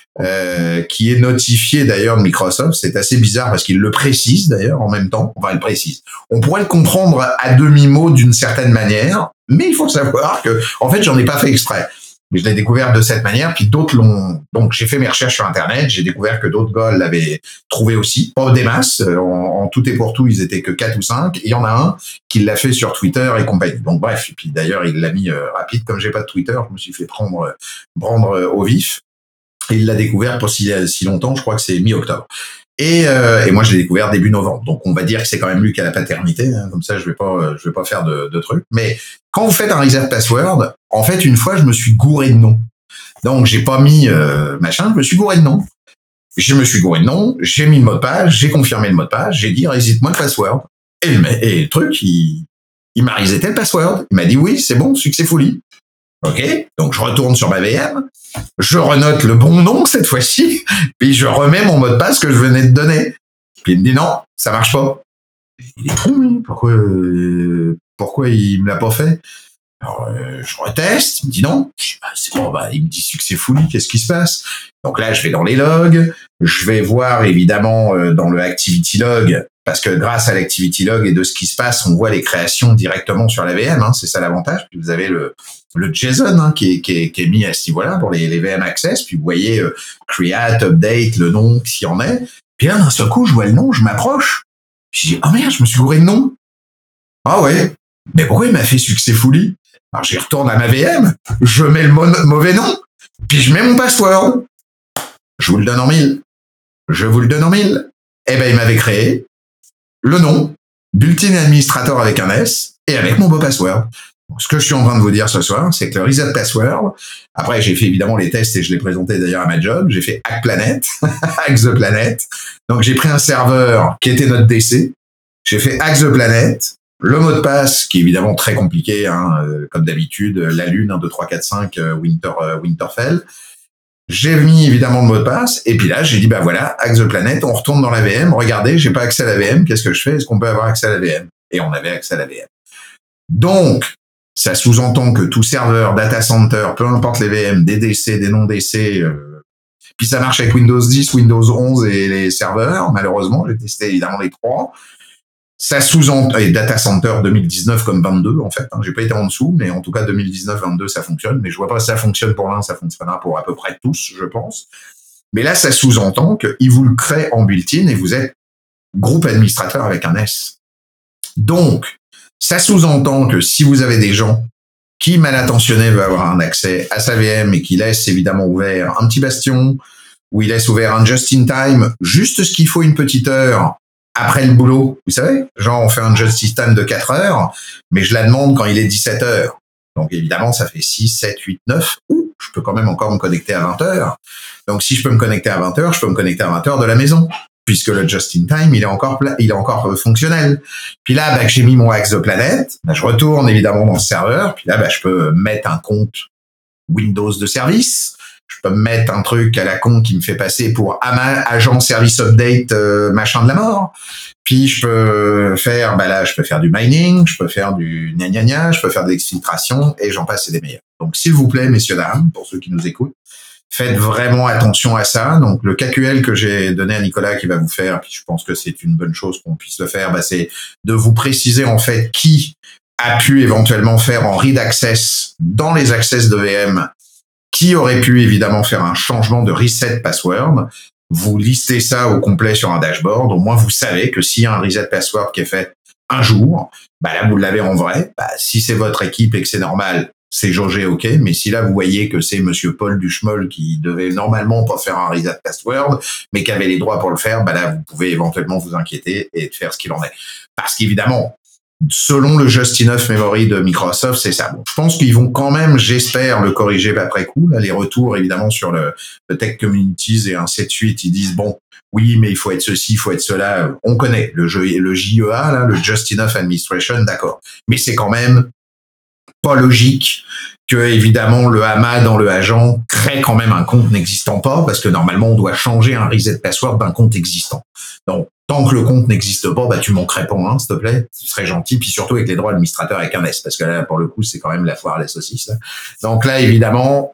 euh, qui est notifiée d'ailleurs de Microsoft, c'est assez bizarre parce qu'il le précise d'ailleurs en même temps. Enfin, il le précise. On pourrait le comprendre à demi-mot d'une certaine manière, mais il faut savoir que, en fait, j'en ai pas fait exprès. Mais je l'ai découvert de cette manière, puis d'autres l'ont... Donc, j'ai fait mes recherches sur Internet, j'ai découvert que d'autres gars l'avaient trouvé aussi, pas des masses, en, en tout et pour tout, ils étaient que quatre ou cinq, et il y en a un qui l'a fait sur Twitter et compagnie. Donc, bref, et puis d'ailleurs, il l'a mis euh, rapide, comme j'ai pas de Twitter, je me suis fait prendre, prendre euh, au vif, et il l'a découvert pour si, si longtemps, je crois que c'est mi-octobre. Et, euh, et moi, je l'ai découvert début novembre. Donc, on va dire que c'est quand même lui qui a la paternité. Hein, comme ça, je vais pas, je vais pas faire de, de trucs. Mais quand vous faites un reset password, en fait, une fois, je me suis gouré de noms. Donc, j'ai pas mis euh, machin, je me suis gouré de noms. Je me suis gouré de noms, j'ai mis le mot de passe, j'ai confirmé le mot de passe, j'ai dit reset-moi le password. Et le, et le truc, il, il m'a reseté le password. Il m'a dit oui, c'est bon, successfully. Ok, donc je retourne sur ma V M, je renote le bon nom cette fois-ci, puis je remets mon mot de passe que je venais de donner. Puis il me dit non, ça marche pas. Il est con, lui. Pourquoi, euh, pourquoi il me l'a pas fait? Alors, euh, je reteste, il me dit non. Je dis, bah, c'est bon, bah, il me dit successfully, qu'est-ce qui se passe? Donc là, je vais dans les logs, je vais voir évidemment euh, dans le activity log, parce que grâce à l'activity log et de ce qui se passe, on voit les créations directement sur la V M, hein, c'est ça l'avantage. Puis vous avez le, le JSON hein, qui, est, qui, est, qui est mis à ce niveau-là pour les, les V M Access, puis vous voyez euh, create, update, le nom, s'il y en est. Puis là, d'un seul coup, je vois le nom, je m'approche, je dis, oh merde, je me suis gouré de nom. Ah ouais, mais pourquoi il m'a fait successfully? Alors j'y retourne à ma V M, je mets le mauvais nom, puis je mets mon password. Je vous le donne en mille. Je vous le donne en mille. Eh ben, il m'avait créé le nom, Bulletin Administrator avec un S, et avec mon beau password. Donc, ce que je suis en train de vous dire ce soir, c'est que le reset password, après j'ai fait évidemment les tests et je l'ai présenté d'ailleurs à ma job, j'ai fait Hack Planet, Hack the Planet. Donc j'ai pris un serveur qui était notre D C, j'ai fait Hack the Planet, le mot de passe, qui est évidemment très compliqué, hein, euh, comme d'habitude, la lune, un, deux, trois, quatre, cinq, euh, Winter, euh, Winterfell. J'ai mis évidemment le mot de passe, et puis là, j'ai dit, bah voilà, Hack the Planet, on retourne dans la V M, regardez, j'ai pas accès à la V M, qu'est-ce que je fais? Est-ce qu'on peut avoir accès à la V M? Et on avait accès à la V M. Donc, ça sous-entend que tout serveur, data center, peu importe les V M, des D C, des non-D C, euh, puis ça marche avec Windows dix, Windows onze et les serveurs, malheureusement, j'ai testé évidemment les trois. Ça sous-entend, et Data Center deux mille dix-neuf comme vingt-deux, en fait, hein, j'ai pas été en dessous, mais en tout cas deux mille dix-neuf vingt-deux, ça fonctionne, mais je vois pas si ça fonctionne pour l'un, ça fonctionnera pour à peu près tous, je pense. Mais là, ça sous-entend qu'il vous le crée en built-in et vous êtes groupe administrateur avec un S. Donc, ça sous-entend que si vous avez des gens qui, mal intentionnés, veulent avoir un accès à sa V M et qui laissent évidemment ouvert un petit bastion, ou il laisse ouvert un just-in-time, juste ce qu'il faut une petite heure, après le boulot, vous savez, genre on fait un just-in-time de quatre heures, mais je la demande quand il est dix-sept heures. Donc évidemment, ça fait six, sept, huit, neuf, ou je peux quand même encore me connecter à vingt heures. Donc si je peux me connecter à vingt heures, je peux me connecter à vingt heures de la maison, puisque le just-in-time, il est encore pla- il est encore euh, fonctionnel. Puis là, bah, que j'ai mis mon Hack the Planet, bah, je retourne évidemment dans le serveur, puis là, bah, je peux mettre un compte Windows de service. Je peux me mettre un truc à la con qui me fait passer pour ama- agent service update euh, machin de la mort. Puis je peux faire, bah là, je peux faire du mining, je peux faire du gna gna gna, je peux faire de l'exfiltration et j'en passe et des meilleurs. Donc s'il vous plaît, messieurs dames, pour ceux qui nous écoutent, faites vraiment attention à ça. Donc le K Q L que j'ai donné à Nicolas qui va vous faire, puis je pense que c'est une bonne chose qu'on puisse le faire, bah c'est de vous préciser en fait qui a pu éventuellement faire en read access dans les access de V M, qui aurait pu évidemment faire un changement de reset password. Vous listez ça au complet sur un dashboard. Au moins, vous savez que s'il y a un reset password qui est fait un jour, bah là, vous l'avez en vrai. Bah, si c'est votre équipe et que c'est normal, c'est jaugé, ok. Mais si là, vous voyez que c'est monsieur Paul Duchemol qui devait normalement pas faire un reset password, mais qui avait les droits pour le faire, bah là, vous pouvez éventuellement vous inquiéter et faire ce qu'il en est. Parce qu'évidemment, selon le Just Enough Memory de Microsoft, c'est ça. Bon, je pense qu'ils vont quand même, j'espère, le corriger après coup. Là, les retours, évidemment, sur le, le Tech Communities et ainsi de suite, ils disent, bon, oui, mais il faut être ceci, il faut être cela. On connaît le, jeu, le J E A, là, le Just Enough Administration, d'accord. Mais c'est quand même pas logique que, évidemment, le A M A dans le agent crée quand même un compte n'existant pas, parce que normalement, on doit changer un reset password d'un compte existant. Donc, tant que le compte n'existe pas, bah tu manquerais pas, hein, s'il te plaît. Tu serais gentil, puis surtout avec les droits administrateurs avec un S, parce que là, pour le coup, c'est quand même la foire à la saucisse. Là. Donc là, évidemment,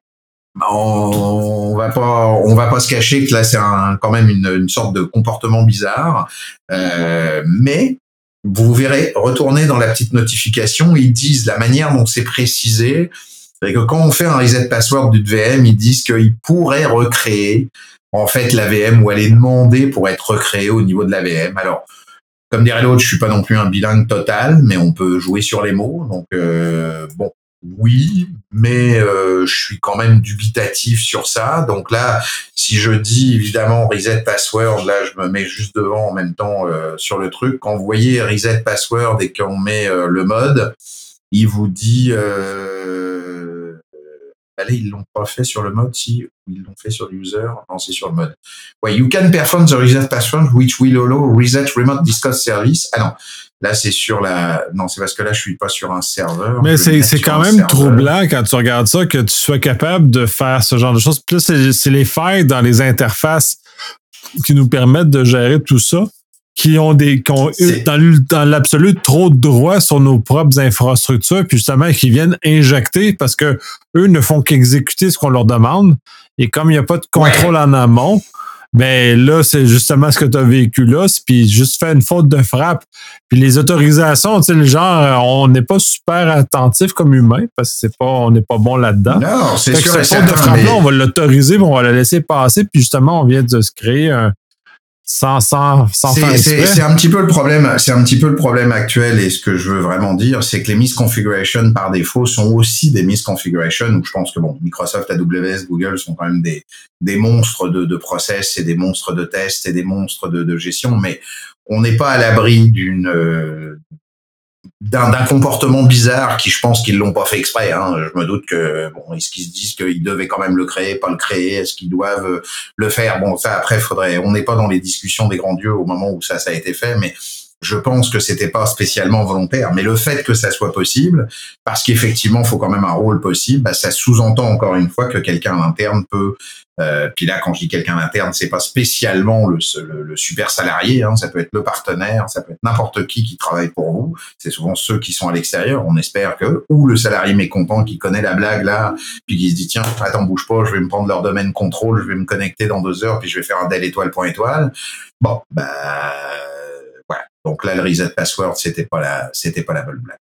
on va pas, on va pas se cacher que là, c'est un, quand même une, une sorte de comportement bizarre. Euh, mais vous verrez, retournez dans la petite notification, ils disent la manière dont c'est précisé. C'est que quand on fait un reset password d'une V M, ils disent qu'ils pourraient recréer en fait la V M, ou elle est demandée pour être recréée au niveau de la V M. Alors, comme dirait l'autre, je suis pas non plus un bilingue total, mais on peut jouer sur les mots. Donc euh, bon, oui, mais euh, je suis quand même dubitatif sur ça. Donc là, si je dis évidemment reset password, là je me mets juste devant en même temps euh, sur le truc. Quand vous voyez reset password et qu'on met euh, le mode, il vous dit euh, allez, ils l'ont pas fait sur le mode, si ils l'ont fait sur l'user, non, c'est sur le mode. Ouais, you can perform the reset password which will allow reset remote discuss service. Ah non, là c'est sur la, non c'est parce que là je suis pas sur un serveur. Mais c'est c'est quand même troublant quand tu regardes ça que tu sois capable de faire ce genre de choses. Plus c'est, c'est les failles dans les interfaces qui nous permettent de gérer tout ça, qui ont des qui ont eu, dans, dans l'absolu trop de droits sur nos propres infrastructures, puis justement qui viennent injecter parce que eux ne font qu'exécuter ce qu'on leur demande. Et comme il n'y a pas de contrôle ouais. en amont, ben là, c'est justement ce que tu as vécu là, puis juste fait une faute de frappe. Puis les autorisations, tu sais, le genre, on n'est pas super attentif comme humain, parce que c'est pas, on n'est pas bon là-dedans. Non, c'est fait sûr. Que cette faute de frappe-là, mais... on va l'autoriser, mais on va la laisser passer, puis justement, on vient de se créer un Sans, sans, sans c'est, faire c'est, c'est un petit peu le problème, c'est un petit peu le problème actuel, et ce que je veux vraiment dire, c'est que les misconfigurations par défaut sont aussi des misconfigurations où je pense que bon, Microsoft, A W S, Google sont quand même des, des monstres de, de process et des monstres de tests et des monstres de, de gestion, mais on n'est pas à l'abri d'une, euh, d'un, d'un comportement bizarre qui, je pense qu'ils l'ont pas fait exprès, hein. Je me doute que, bon, est-ce qu'ils se disent qu'ils devaient quand même le créer, pas le créer, est-ce qu'ils doivent le faire? Bon, ça, après, faudrait, on n'est pas dans les discussions des grands dieux au moment où ça, ça a été fait, mais je pense que c'était pas spécialement volontaire. Mais le fait que ça soit possible, parce qu'effectivement, faut quand même un rôle possible, bah, ça sous-entend encore une fois que quelqu'un à l'interne peut, euh, puis là, quand je dis quelqu'un à l'interne, c'est pas spécialement le, le, le super salarié, hein, ça peut être le partenaire, ça peut être n'importe qui qui travaille pour vous. C'est souvent ceux qui sont à l'extérieur, on espère que, ou le salarié mécontent qui connaît la blague là, puis qui se dit tiens, attends, bouge pas, je vais me prendre leur domaine contrôle, je vais me connecter dans deux heures, puis je vais faire un del étoile point étoile. Bon, bah, voilà. Donc là, le reset password, c'était pas la, c'était pas la bonne blague.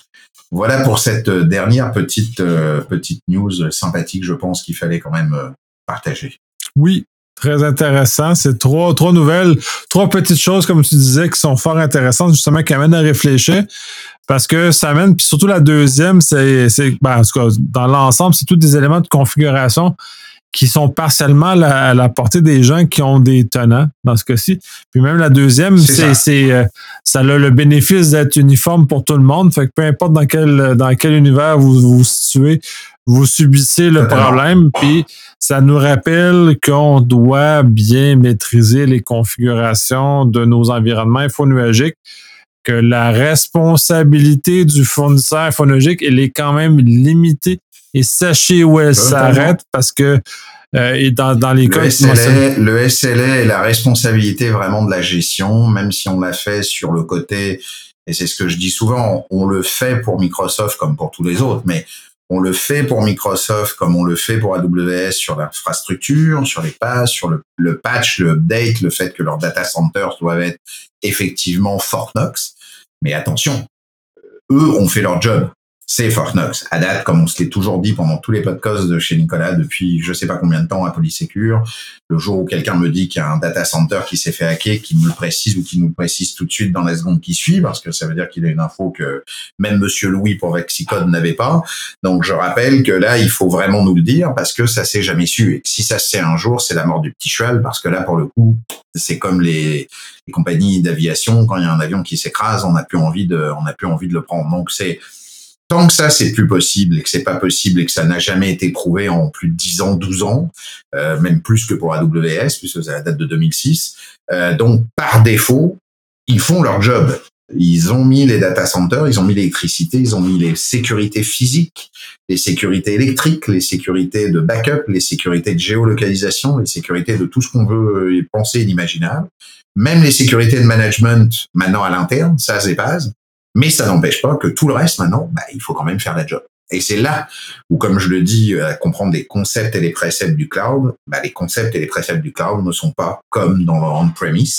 Voilà pour cette dernière petite euh, petite news sympathique, je pense qu'il fallait quand même euh, partager. Oui, très intéressant. C'est trois trois nouvelles, trois petites choses comme tu disais qui sont fort intéressantes, justement qui amènent à réfléchir. Parce que ça amène, puis surtout la deuxième, c'est, c'est ben, en tout cas, dans l'ensemble, c'est tous des éléments de configuration qui sont partiellement à la, à la portée des gens qui ont des tenants, dans ce cas-ci. Puis même la deuxième, c'est, c'est, ça. c'est euh, ça a le bénéfice d'être uniforme pour tout le monde. Fait que peu importe dans quel, dans quel univers vous vous situez, vous subissez le Totalement. problème. Puis ça nous rappelle qu'on doit bien maîtriser les configurations de nos environnements infonuagiques, que la responsabilité du fournisseur infonuagique, elle est quand même limitée. Et sachez où elle s'arrête parce que euh, et dans, dans les le cas... S L A, le S L A est la responsabilité vraiment de la gestion, même si on l'a fait sur le côté, et c'est ce que je dis souvent, on le fait pour Microsoft comme pour tous les autres, mais on le fait pour Microsoft comme on le fait pour A W S sur l'infrastructure, sur les passes, sur le, le patch, le update, le fait que leurs data centers doivent être effectivement Fort Knox. Mais attention, eux ont fait leur job. C'est Fort Knox. À date, comme on se l'est toujours dit pendant tous les podcasts de chez Nicolas depuis je sais pas combien de temps à Polysecure, le jour où quelqu'un me dit qu'il y a un data center qui s'est fait hacker, qui me le précise ou qui nous le précise tout de suite dans la seconde qui suit, parce que ça veut dire qu'il a une info que même Monsieur Louis pour Vexicode n'avait pas. Donc je rappelle que là, il faut vraiment nous le dire parce que ça s'est jamais su. Et que si ça se sait un jour, c'est la mort du petit cheval, parce que là, pour le coup, c'est comme les, les compagnies d'aviation, quand il y a un avion qui s'écrase, on n'a plus envie de, on n'a plus envie de le prendre. Donc c'est tant que ça, c'est plus possible et que c'est pas possible et que ça n'a jamais été prouvé en plus de dix ans, douze ans, euh, même plus que pour A W S, puisque ça date de deux mille six. Euh, donc, par défaut, ils font leur job. Ils ont mis les data centers, ils ont mis l'électricité, ils ont mis les sécurités physiques, les sécurités électriques, les sécurités de backup, les sécurités de géolocalisation, les sécurités de tout ce qu'on veut penser inimaginable. Même les sécurités de management, maintenant à l'interne, ça c'est base. Mais ça n'empêche pas que tout le reste, maintenant, bah, il faut quand même faire la job. Et c'est là où, comme je le dis, à comprendre les concepts et les préceptes du cloud, bah, les concepts et les préceptes du cloud ne sont pas comme dans le on-premise.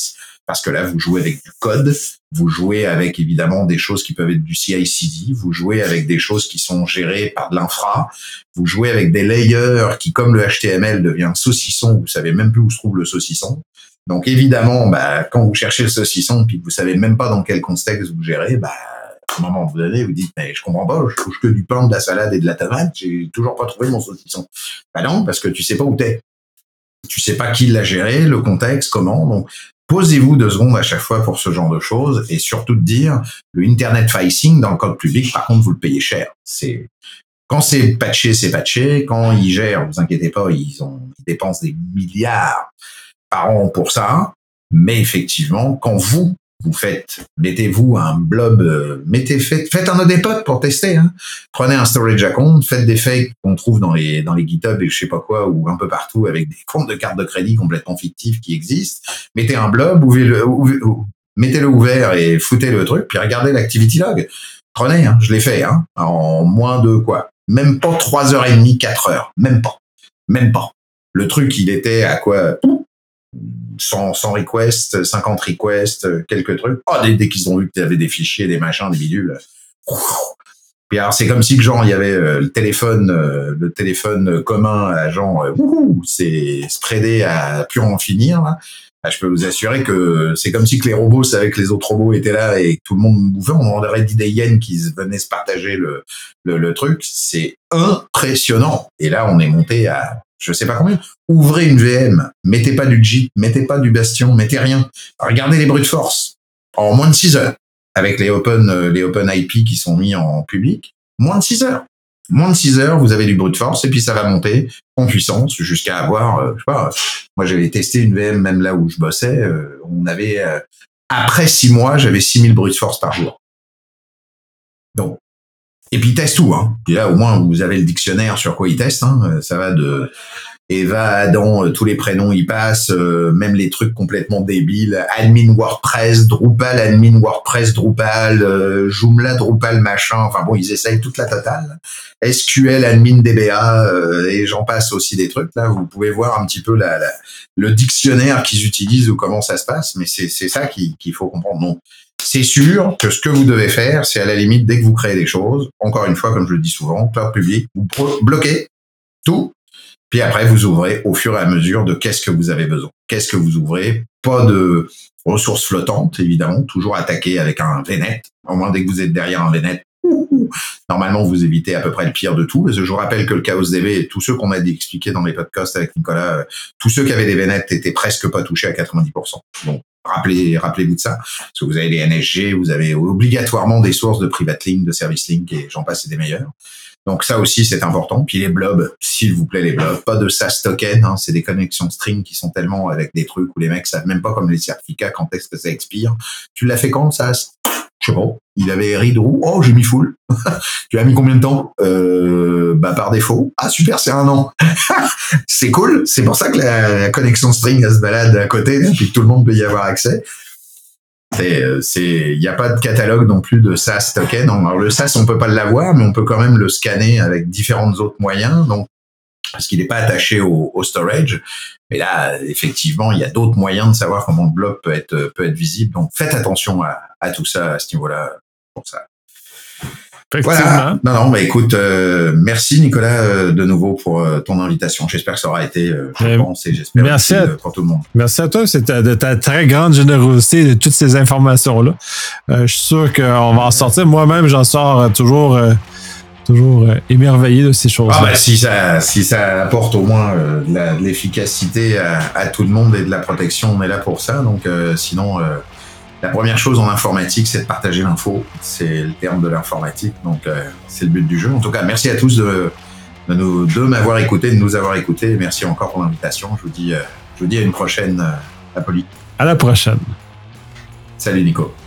parce que là, vous jouez avec du code, vous jouez avec évidemment des choses qui peuvent être du C I C D, vous jouez avec des choses qui sont gérées par de l'infra, vous jouez avec des layers qui, comme le H T M L devient saucisson, vous savez même plus où se trouve le saucisson. Donc évidemment, bah, quand vous cherchez le saucisson puis que vous savez même pas dans quel contexte vous gérez, bah, à un moment donné, vous dites, mais je comprends pas, je touche que du pain, de la salade et de la tomate, j'ai toujours pas trouvé mon saucisson. Bah non, parce que tu sais pas où t'es. Tu sais pas qui l'a géré, le contexte, comment. Donc, posez-vous deux secondes à chaque fois pour ce genre de choses et surtout de dire, le internet facing dans le code public, par contre, vous le payez cher. C'est, quand c'est patché, c'est patché. Quand ils gèrent, vous inquiétez pas, ils ont, ils dépensent des milliards par an pour ça. Mais effectivement, quand vous, vous faites, mettez-vous un blob, euh, mettez, faites, faites un odepot pour tester, hein. Prenez un storage account, faites des fakes qu'on trouve dans les, dans les GitHub et je sais pas quoi, ou un peu partout avec des comptes de cartes de crédit complètement fictifs qui existent. Mettez un blob, ouvrez-le, ouvrez, mettez-le ouvert et foutez le truc, puis regardez l'activity log. Prenez, hein, je l'ai fait, hein, en moins de quoi? Même pas trois heures et demie, quatre heures. Même pas. Même pas. Le truc, il était à quoi? cent, cent requests, cinquante requests, quelques trucs. Oh, dès, dès qu'ils ont vu que tu avais des fichiers, des machins, des bidules. Puis alors, c'est comme si que genre, il y avait euh, le téléphone, euh, le téléphone commun à genre, euh, wouhou, c'est spreadé à plus en finir, là. Ah, je peux vous assurer que c'est comme si que les robots savaient que les autres robots étaient là et que tout le monde bouffait. On aurait dit des hyènes qui venaient se partager le, le, le truc. C'est impressionnant. Et là, on est monté à, je sais pas combien. Ouvrez une V M. Mettez pas du Git, mettez pas du Bastion, mettez rien. Regardez les brute force. En moins de six heures. Avec les open, les open I P qui sont mis en public. Moins de six heures. Moins de six heures, vous avez du brute force et puis ça va monter en puissance jusqu'à avoir, euh, je sais pas, moi j'avais testé une V M même là où je bossais, euh, on avait, euh, après six mois, j'avais six mille brute force par jour. Donc, et puis il teste tout, hein. Puis là, au moins, vous avez le dictionnaire sur quoi il teste, hein. Ça va de Eva, Adam, euh, tous les prénoms y passent, euh, même les trucs complètement débiles, admin WordPress, Drupal, admin WordPress, Drupal, euh, Joomla, Drupal, machin, enfin bon, ils essayent toute la totale. S Q L, admin D B A, euh, et j'en passe aussi des trucs, là, vous pouvez voir un petit peu la, la, le dictionnaire qu'ils utilisent ou comment ça se passe, mais c'est, c'est ça qu'il, qu'il faut comprendre. Donc, c'est sûr que ce que vous devez faire, c'est à la limite, dès que vous créez des choses, encore une fois, comme je le dis souvent, cloud public, vous bloquez tout. Puis après, vous ouvrez au fur et à mesure de qu'est-ce que vous avez besoin. Qu'est-ce que vous ouvrez? Pas de ressources flottantes, évidemment. Toujours attaquer avec un V net. Au moins, dès que vous êtes derrière un V net, normalement, vous évitez à peu près le pire de tout. Parce que je vous rappelle que le Chaos D B et tous ceux qu'on a expliqué dans les podcasts avec Nicolas, tous ceux qui avaient des V net étaient presque pas touchés à quatre-vingt-dix pour cent. Donc, rappelez, rappelez-vous de ça. Parce que vous avez les N S G, vous avez obligatoirement des sources de private link, de service link et j'en passe, c'est des meilleurs. Donc ça aussi, c'est important. Puis les blobs, s'il vous plaît, les blobs. Pas de S A S token, hein, c'est des connexions string qui sont tellement avec des trucs où les mecs savent même pas comme les certificats quand est-ce que ça expire. Tu l'as fait quand, S A S? Je sais pas. Il avait read roux. Oh, j'ai mis full. Tu as mis combien de temps? Euh, bah, par défaut. Ah, super, c'est un an. C'est cool. C'est pour ça que la, la connexion string, elle se balade à côté, puis que tout le monde peut y avoir accès. C'est, c'est, il n'y a pas de catalogue non plus de S A S token. Alors, le S A S, on peut pas l'avoir, mais on peut quand même le scanner avec différents autres moyens. Donc, parce qu'il n'est pas attaché au, au storage. Mais là, effectivement, il y a d'autres moyens de savoir comment le blob peut être, peut être visible. Donc, faites attention à, à tout ça, à ce niveau-là, pour ça. Voilà. Non, non, bah écoute, euh, merci Nicolas euh, de nouveau pour euh, ton invitation. J'espère que ça aura été, euh, je euh, pense, et j'espère merci aussi, à, euh, pour tout le monde. Merci à toi, c'est de ta très grande générosité de toutes ces informations-là. Euh, je suis sûr qu'on va en sortir. Moi-même, j'en sors toujours, euh, toujours euh, émerveillé de ces choses-là. Ah bah, si ça, si ça apporte au moins euh, de, la, de l'efficacité à, à tout le monde et de la protection, on est là pour ça. Donc, euh, sinon. Euh, La première chose en informatique, c'est de partager l'info. C'est le terme de l'informatique, donc euh, c'est le but du jeu. En tout cas, merci à tous de, de, nous, de m'avoir écouté, de nous avoir écouté. Merci encore pour l'invitation. Je vous dis, euh, je vous dis à une prochaine, euh, Apolli. À la prochaine. Salut Nico.